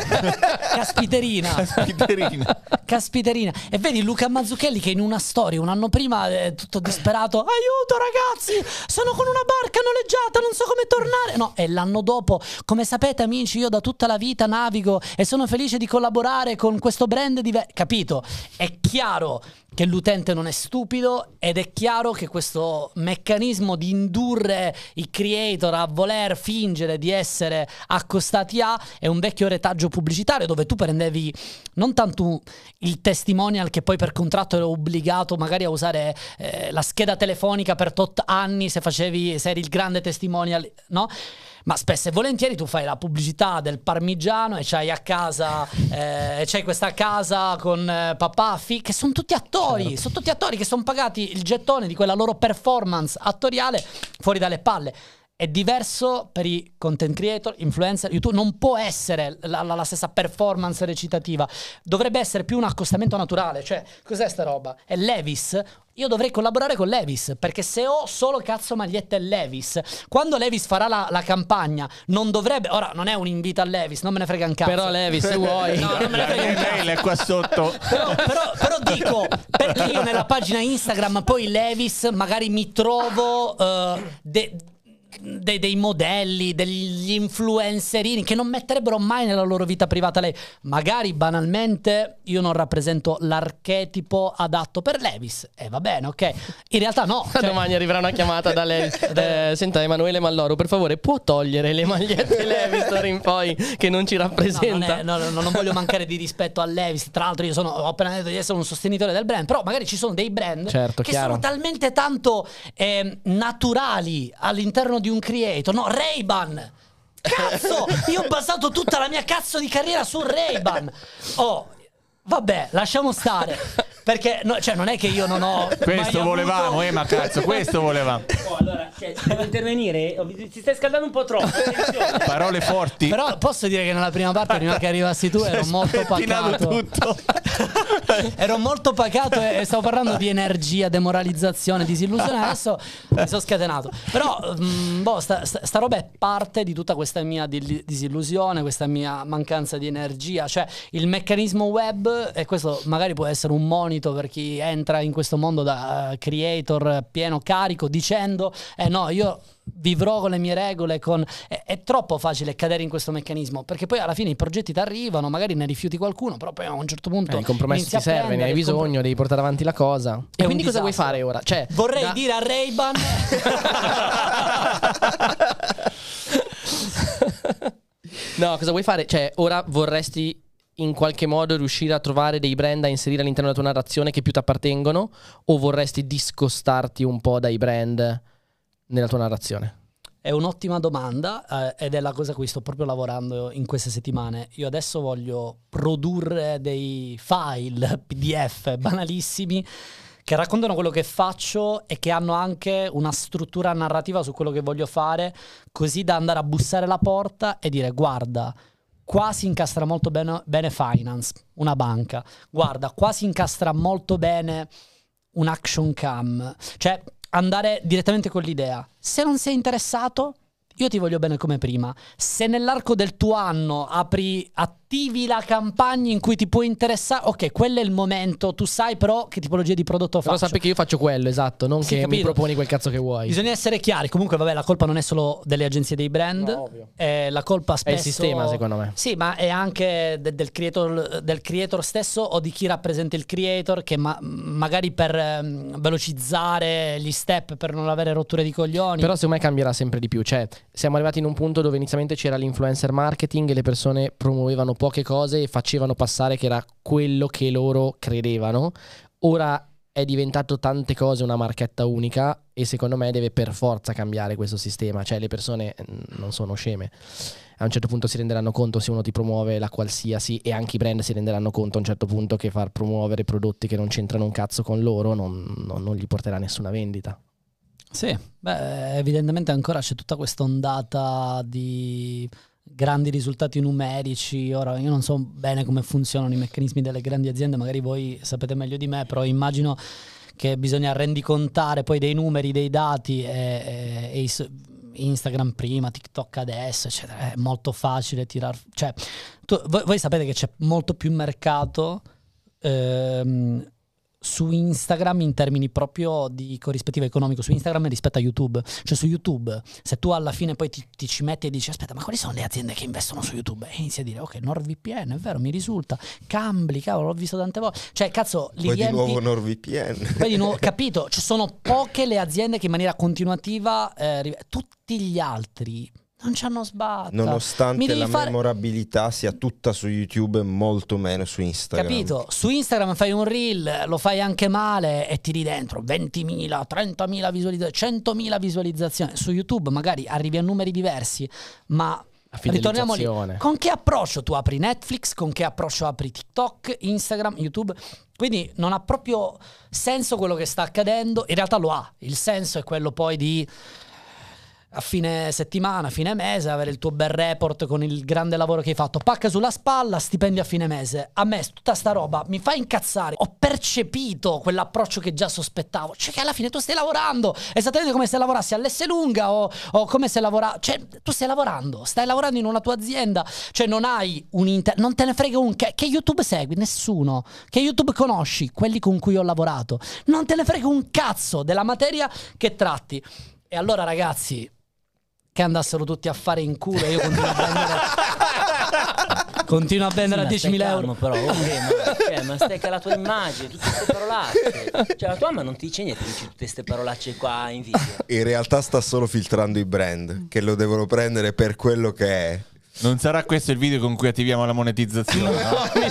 Caspiterina. Caspiterina. Caspiterina. E vedi Luca Mazzucchelli che in una storia un anno prima è tutto disperato: aiuto ragazzi, sono con una barca noleggiata, non so come tornare. No, e l'anno dopo: come sapete amici, io da tutta la vita navigo e sono felice di collaborare con questo brand di ve-". Capito? È chiaro che l'utente non è stupido, ed è chiaro che questo meccanismo di indurre i creator a voler fingere di essere accostati a è un vecchio retaggio pubblicitario, dove tu prendevi non tanto il testimonial, che poi per contratto ero obbligato magari a usare eh, la scheda telefonica per tot anni se facevi, se eri il grande testimonial, no? Ma spesso e volentieri tu fai la pubblicità del parmigiano e c'hai a casa eh, c'hai questa casa con eh, papà, fi- che sono tutti attori, certo. Sono tutti attori che sono pagati il gettone di quella loro performance attoriale fuori dalle palle. È diverso per i content creator, influencer. YouTube non può essere la, la, la stessa performance recitativa, dovrebbe essere più un accostamento naturale. Cioè, cos'è sta roba? È Levi's? Io dovrei collaborare con Levi's, perché se ho solo cazzo magliette Levi's, quando Levi's farà la, la campagna non dovrebbe, ora non è un invito a Levi's, non me ne frega un cazzo, Però Levi's, se vuoi. No, non me ne frega un cazzo. Mail è qua sotto. Però, però, però dico, perché io nella pagina Instagram poi Levi's magari mi trovo uh, de- Dei, dei modelli, degli influencerini che non metterebbero mai nella loro vita privata lei. Magari banalmente io non rappresento l'archetipo adatto per Levi's, e eh, va bene, ok. In realtà no, cioè... Domani arriverà una chiamata da Levi's. eh, Senta Emanuele Malloro, per favore, può togliere le magliette Levi's d'ora in poi, che non ci rappresenta? No, non, è, no, non voglio mancare di rispetto a Levi's. Tra l'altro io sono, ho appena detto di essere un sostenitore del brand, però magari ci sono dei brand, certo, che chiaro, sono talmente tanto eh, naturali all'interno di un creator. No, Ray-Ban, cazzo, io ho basato tutta la mia cazzo di carriera su Ray-Ban. Oh, vabbè, lasciamo stare, perché no, cioè non è che io non ho questo mai volevamo, avuto... eh, ma cazzo, questo volevamo. Oh, allora, cioè, devo intervenire? Oh, ti stai scaldando un po' troppo. Attenzione. Parole forti. Però posso dire che nella prima parte, prima che arrivassi tu, ero molto pacato. Tutto. Ero molto pacato e stavo parlando di energia, demoralizzazione, disillusione. Adesso mi sono scatenato. Però mh, boh, sta, sta, sta roba è parte di tutta questa mia di, disillusione, questa mia mancanza di energia. Cioè il meccanismo web, e questo magari può essere un monito monito per chi entra in questo mondo da uh, creator pieno carico, dicendo eh no, io vivrò con le mie regole, con... È, è troppo facile cadere in questo meccanismo, perché poi alla fine i progetti ti arrivano, magari ne rifiuti qualcuno, però poi a un certo punto eh, il compromesso ti serve, prendere, ne hai bisogno, compr- devi portare avanti la cosa. E quindi cosa vuoi fare ora? Cioè, vorrei da... dire a Ray-Ban no, cosa vuoi fare? Cioè, ora vorresti in qualche modo riuscire a trovare dei brand da inserire all'interno della tua narrazione che più ti appartengono, o vorresti discostarti un po' dai brand nella tua narrazione? È un'ottima domanda, eh, ed è la cosa a cui sto proprio lavorando in queste settimane. Io adesso voglio produrre dei file P D F banalissimi che raccontano quello che faccio e che hanno anche una struttura narrativa su quello che voglio fare, così da andare a bussare alla porta e dire: guarda, qua si incastra molto bene, bene finance, una banca, guarda, qua si incastra molto bene un action cam. Cioè, andare direttamente con l'idea: se non sei interessato, io ti voglio bene come prima. Se nell'arco del tuo anno apri, attivi la campagna in cui ti può interessare, ok, quello è il momento, tu sai però che tipologia di prodotto faccio. Però sappi che io faccio quello, esatto, non sì, che capito. mi proponi quel cazzo che vuoi. Bisogna essere chiari. Comunque vabbè, la colpa non è solo delle agenzie dei brand, no, ovvio. È la colpa spesso è il sistema, secondo me. Sì, ma è anche de- del creator del creator stesso, o di chi rappresenta il creator, che ma- magari per um, velocizzare gli step, per non avere rotture di coglioni. Però secondo me cambierà sempre di più. Cioè, siamo arrivati in un punto dove inizialmente c'era l'influencer marketing e le persone promuovevano poche cose e facevano passare che era quello che loro credevano. Ora è diventato tante cose una marchetta unica, e secondo me deve per forza cambiare questo sistema. Cioè, le persone non sono sceme, a un certo punto si renderanno conto, se uno ti promuove la qualsiasi, e anche i brand si renderanno conto a un certo punto che far promuovere prodotti che non c'entrano un cazzo con loro non, non, non gli porterà nessuna vendita. Sì, beh, evidentemente ancora c'è tutta questa ondata di grandi risultati numerici. Ora io non so bene come funzionano i meccanismi delle grandi aziende, magari voi sapete meglio di me, però immagino che bisogna rendicontare poi dei numeri, dei dati, e, e, e i, Instagram prima, TikTok adesso, eccetera. È molto facile tirar, cioè tu, voi, voi sapete che c'è molto più mercato ehm, su Instagram in termini proprio di corrispettivo economico su Instagram rispetto a YouTube. Cioè su YouTube, se tu alla fine poi ti, ti ci metti e dici: aspetta, ma quali sono le aziende che investono su YouTube? E inizi a dire: ok, NordVPN, è vero, mi risulta, Cambly, cavolo, l'ho visto tante volte. Cioè cazzo, li poi riempi, di nuovo NordVPN. poi di nuovo, capito? Ci sono poche le aziende che in maniera continuativa eh, tutti gli altri non ci hanno sbatta. Nonostante la fare... memorabilità sia tutta su YouTube e molto meno su Instagram. Capito? Su Instagram fai un reel, lo fai anche male e tiri dentro ventimila, trentamila visualizzazioni, centomila visualizzazioni. Su YouTube magari arrivi a numeri diversi, ma ritorniamo lì. Con che approccio tu apri Netflix? Con che approccio apri TikTok, Instagram, YouTube? Quindi non ha proprio senso quello che sta accadendo. In realtà lo ha. Il senso è quello poi di a fine settimana, a fine mese, avere il tuo bel report con il grande lavoro che hai fatto, pacca sulla spalla, stipendio a fine mese. A me tutta sta roba mi fa incazzare. Ho percepito quell'approccio che già sospettavo, cioè che alla fine tu stai lavorando esattamente come se lavorassi all'Esselunga o, o come se lavora, cioè tu stai lavorando, stai lavorando in una tua azienda, cioè non hai un inter... non te ne frega un che, che YouTube segui, nessuno, che YouTube conosci, quelli con cui ho lavorato, non te ne frega un cazzo della materia che tratti. E allora ragazzi, che andassero tutti a fare in culo, io continuo a vendere continuo a vendere sì, a diecimila euro però ok, ma, cioè, ma stai con la tua immagine, tutte queste parolacce, cioè la tua mamma non ti dice niente, dici tutte queste parolacce qua in video. In realtà sta solo filtrando i brand che lo devono prendere per quello che è. Non sarà questo il video con cui attiviamo la monetizzazione? No,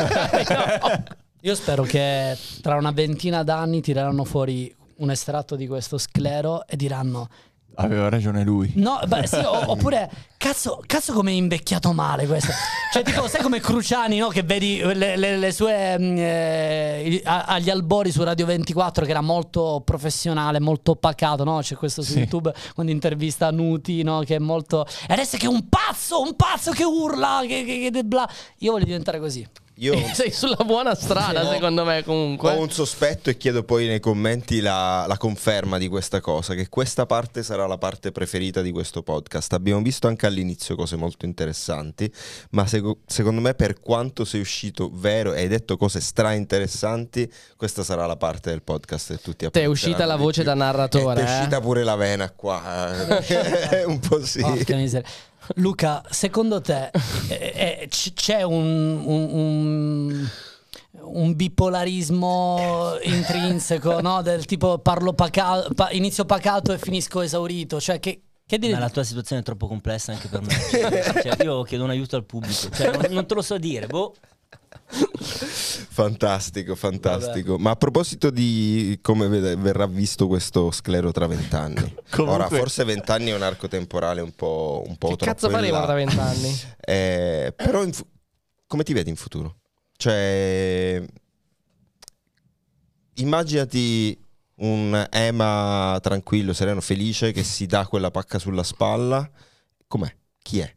no. Io spero che tra una ventina d'anni tireranno fuori un estratto di questo sclero e diranno: aveva ragione lui. No, beh, sì, oppure cazzo, cazzo come è invecchiato male questo. Cioè tipo, sai come Cruciani, no? Che vedi le, le, le sue eh, agli albori su Radio ventiquattro, che era molto professionale, molto pacato, no? C'è questo su sì. YouTube quando intervista Nuti, no? Che è molto... E adesso che è un pazzo, un pazzo che urla, che, che, che bla. Io voglio diventare così. Io sei sulla buona strada, Ho- secondo me, comunque. ho un sospetto e chiedo poi nei commenti la, la conferma di questa cosa, che questa parte sarà la parte preferita di questo podcast. Abbiamo visto anche all'inizio cose molto interessanti, ma seco- secondo me, per quanto sei uscito vero e hai detto cose stra interessanti, questa sarà la parte del podcast che tutti Te è apprezzeranno uscita la di voce più. da narratore, E ti è eh? uscita pure la vena qua. Un po' sì. Porca miseria. Luca, secondo te eh, eh, c- c'è un, un, un, un bipolarismo intrinseco, no? Del tipo parlo paca- pa- inizio pacato e finisco esaurito, cioè che, che dire? Ma la tua situazione è troppo complessa anche per me. Cioè, io chiedo un aiuto al pubblico, cioè, non, non te lo so dire, boh. Fantastico, fantastico. Ma a proposito di come ved- verrà visto questo sclero tra vent'anni, Comunque- ora forse vent'anni è un arco temporale un po', un po' Che troppo cazzo in faremo là. tra vent'anni? Eh, però in fu- come ti vedi in futuro? Cioè, immaginati un Ema tranquillo, sereno, felice che si dà quella pacca sulla spalla. Com'è? Chi è?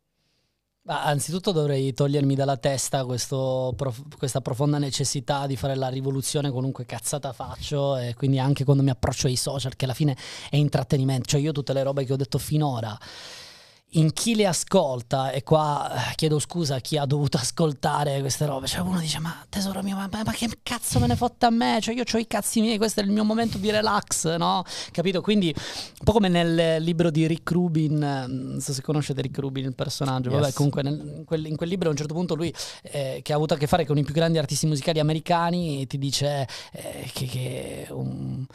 Ma anzitutto dovrei togliermi dalla testa questo prof- questa profonda necessità di fare la rivoluzione qualunque cazzata faccio, e quindi anche quando mi approccio ai social, che alla fine è intrattenimento. Cioè io tutte le robe che ho detto finora, in chi le ascolta, e qua eh, chiedo scusa a chi ha dovuto ascoltare queste robe, cioè uno dice ma tesoro mio, ma, ma che cazzo me ne fotte a me, cioè io ho i cazzi miei, questo è il mio momento di relax, no? Capito? Quindi un po' come nel libro di Rick Rubin, eh, non so se conoscete Rick Rubin il personaggio, Yes. vabbè, comunque nel- in, quel, in quel libro a un certo punto lui eh, che ha avuto a che fare con i più grandi artisti musicali americani ti dice eh, che, che un,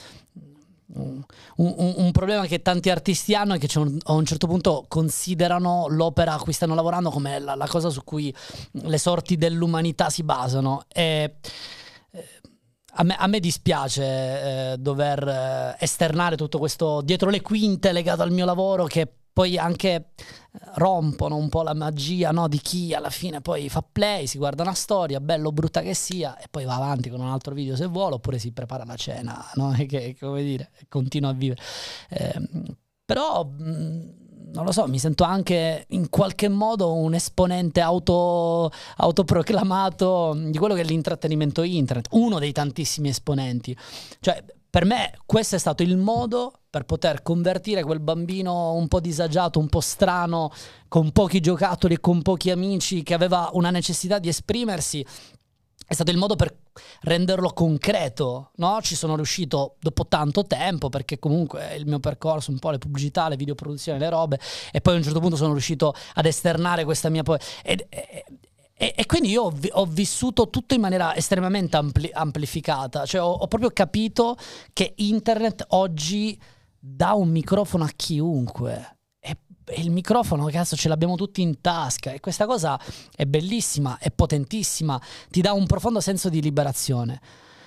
un, un- un problema che tanti artisti hanno è che c'è un- a un certo punto considerano l'opera a cui stanno lavorando come la, la cosa su cui le sorti dell'umanità si basano. E eh, a me, a me dispiace eh, dover eh, esternare tutto questo dietro le quinte legato al mio lavoro, che poi anche eh, rompono un po' la magia, no, di chi alla fine poi fa play, si guarda una storia, bello o brutta che sia, e poi va avanti con un altro video se vuole, oppure si prepara la cena, no? E che, come dire, continua a vivere. Ehm, però mh, non lo so, mi sento anche in qualche modo un esponente auto, autoproclamato di quello che è l'intrattenimento internet, uno dei tantissimi esponenti. Cioè, per me questo è stato il modo per poter convertire quel bambino un po' disagiato, un po' strano, con pochi giocattoli e con pochi amici, che aveva una necessità di esprimersi. È stato il modo per renderlo concreto, no? Ci sono riuscito dopo tanto tempo, perché comunque il mio percorso, un po' le pubblicità, le videoproduzioni, le robe, e poi a un certo punto sono riuscito ad esternare questa mia... Po- ed- e, e, e quindi io ho, vi- ho vissuto tutto in maniera estremamente ampli- amplificata, cioè ho, ho proprio capito che internet oggi dà un microfono a chiunque. E e il microfono, cazzo, ce l'abbiamo tutti in tasca, e questa cosa è bellissima, è potentissima, ti dà un profondo senso di liberazione.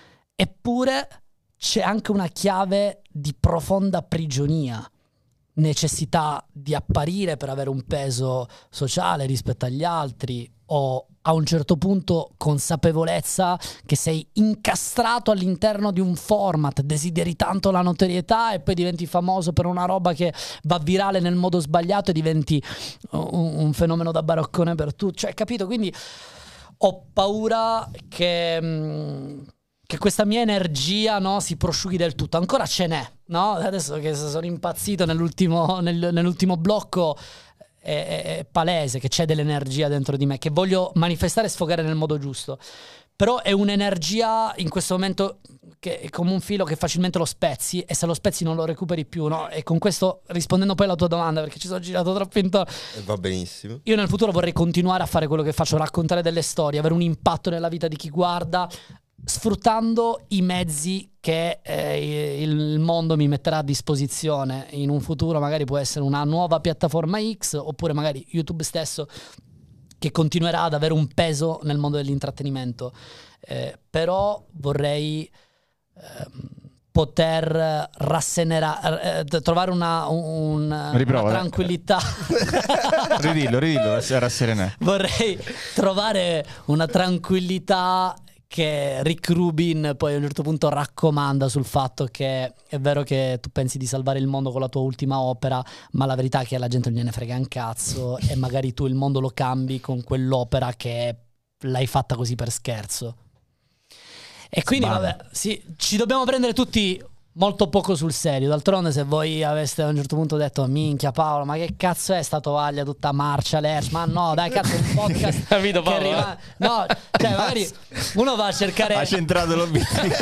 Eppure c'è anche una chiave di profonda prigionia, necessità di apparire per avere un peso sociale rispetto agli altri, o a un certo punto consapevolezza che sei incastrato all'interno di un format, desideri tanto la notorietà e poi diventi famoso per una roba che va virale nel modo sbagliato e diventi un, un fenomeno da baraccone per tutti, cioè, capito? Quindi ho paura che, mh, che questa mia energia, no, si prosciughi del tutto. Ancora ce n'è, no? Adesso che sono impazzito nell'ultimo, nel- nell'ultimo blocco, è, è palese che c'è dell'energia dentro di me che voglio manifestare e sfogare nel modo giusto. Però è un'energia in questo momento che è come un filo che facilmente lo spezzi, e se lo spezzi non lo recuperi più, no? E con questo, rispondendo poi alla tua domanda, perché ci sono girato troppo intorno, E va benissimo. io nel futuro vorrei continuare a fare quello che faccio, raccontare delle storie, avere un impatto nella vita di chi guarda, sfruttando i mezzi che eh, il mondo mi metterà a disposizione. In un futuro magari può essere una nuova piattaforma X, oppure magari YouTube stesso, che continuerà ad avere un peso nel mondo dell'intrattenimento. Eh, però vorrei ehm, poter rassenerare, eh, trovare una, un- una Riprova, eh. tranquillità. Ridillo, ridillo, era serena. Vorrei trovare una tranquillità che Rick Rubin poi a un certo punto raccomanda, sul fatto che è vero che tu pensi di salvare il mondo con la tua ultima opera, ma la verità è che alla gente non gliene frega un cazzo, e magari tu il mondo lo cambi con quell'opera che è l'hai fatta così per scherzo. E quindi Sbana. vabbè, sì, ci dobbiamo prendere tutti molto poco sul serio. D'altronde, se voi aveste a un certo punto detto minchia Paolo, ma che cazzo è sta tovaglia tutta marcia lerch? Ma no, dai, cazzo, un podcast Capito, che Paolo? arriva... No, cioè magari uno va a cercare Ha centrato l'obiettivo.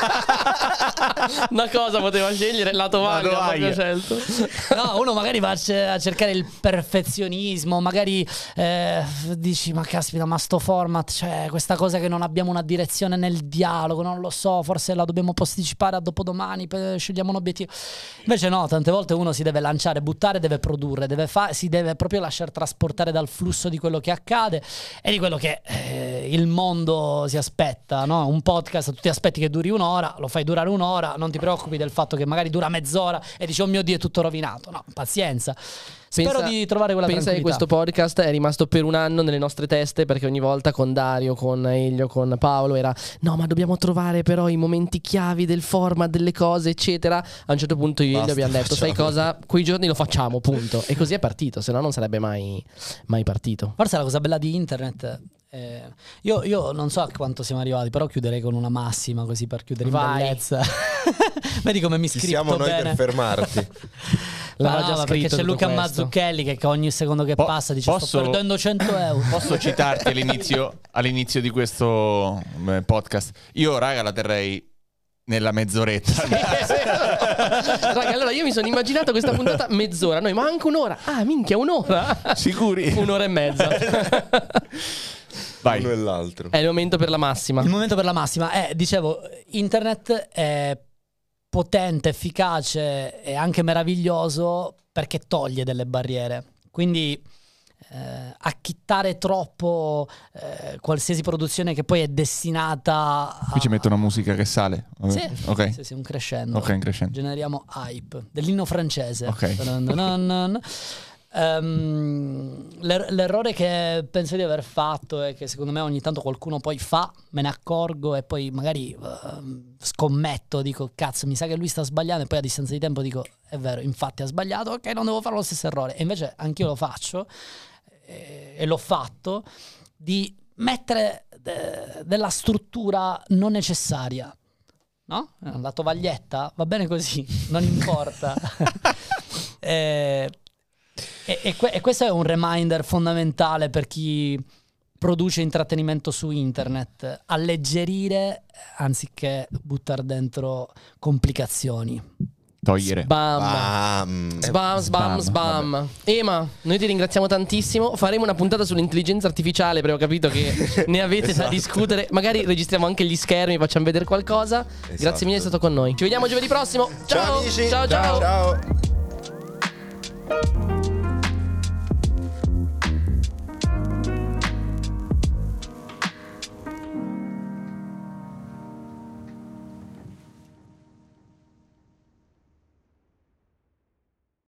Una cosa poteva scegliere, la tovaglia, La ha proprio tovaglia. scelto. No, uno magari va a ce- a cercare il perfezionismo, magari eh, dici ma caspita, ma sto format, cioè questa cosa che non abbiamo una direzione nel dialogo, non lo so, forse la dobbiamo posticipare a dopodomani, per- scegliamo un obiettivo. Invece no, tante volte uno si deve lanciare, buttare, deve produrre, deve fa- si deve proprio lasciare trasportare dal flusso di quello che accade e di quello che eh, il mondo si aspetta, no? Un podcast tu ti aspetti che duri un'ora, lo fai durare un'ora, non ti preoccupi del fatto che magari dura mezz'ora e dici oh mio Dio è tutto rovinato. No, pazienza. Spero Pensa- di trovare quella Pensa che tranquillità. questo podcast è rimasto per un anno nelle nostre teste, perché ogni volta con Dario, con Elio, con Paolo era no ma dobbiamo trovare però i momenti chiavi del format, delle cose eccetera. A un certo punto io e Elio Basta, abbiamo detto sai facciamo. cosa, quei giorni lo facciamo, punto. E così è partito, se no non sarebbe mai, mai partito. Forse la cosa bella di internet, eh, io, io non so a quanto siamo arrivati, però chiuderei con una massima così per chiudere in Vai. bellezza. Vedi come mi Ci scripto siamo noi bene. per fermarti. Ma L'aveva no, già ma scritto perché c'è tutto Luca questo. Mazzucchelli che ogni secondo che Po- passa dice sto posso- perdendo cento euro. Posso citarti all'inizio, all'inizio di questo eh, podcast? Io, raga, la terrei nella mezz'oretta. Raga, allora io mi sono immaginato questa puntata mezz'ora, noi ma anche un'ora. Ah, minchia, un'ora. Sicuri? Un'ora e mezza. Vai. Uno e l'altro. È il momento per la massima. Il momento per la massima è, dicevo, internet è potente, efficace e anche meraviglioso perché toglie delle barriere. Quindi eh, acchittare troppo eh, qualsiasi produzione che poi è destinata a... Qui ci metto una musica che sale. Sì, Ok. sì, sì, un crescendo. Ok, in crescendo. Generiamo hype dell'inno francese. Ok. Dun-dun-dun-dun. Ehm, l'er- l'errore che penso di aver fatto e che secondo me ogni tanto qualcuno poi fa, me ne accorgo e poi magari ehm, scommetto, dico cazzo mi sa che lui sta sbagliando e poi a distanza di tempo dico è vero, infatti ha sbagliato, ok, non devo fare lo stesso errore e invece anch'io lo faccio e, e l'ho fatto di mettere de- della struttura non necessaria. No? La tovaglietta va bene così, non importa. eh, e, e, que- e questo è un reminder fondamentale per chi produce intrattenimento su internet: alleggerire anziché buttare dentro complicazioni. Togliere. Bam. Bam. Sbam, sbam, Sbam, sbam. Ema, noi ti ringraziamo tantissimo. Faremo una puntata sull'intelligenza artificiale perché ho capito che ne avete da Esatto. discutere. Magari registriamo anche gli schermi, facciamo vedere qualcosa. Grazie mille, è stato con noi. Ci vediamo giovedì prossimo. Ciao, Ciao amici. ciao. ciao. Ciao.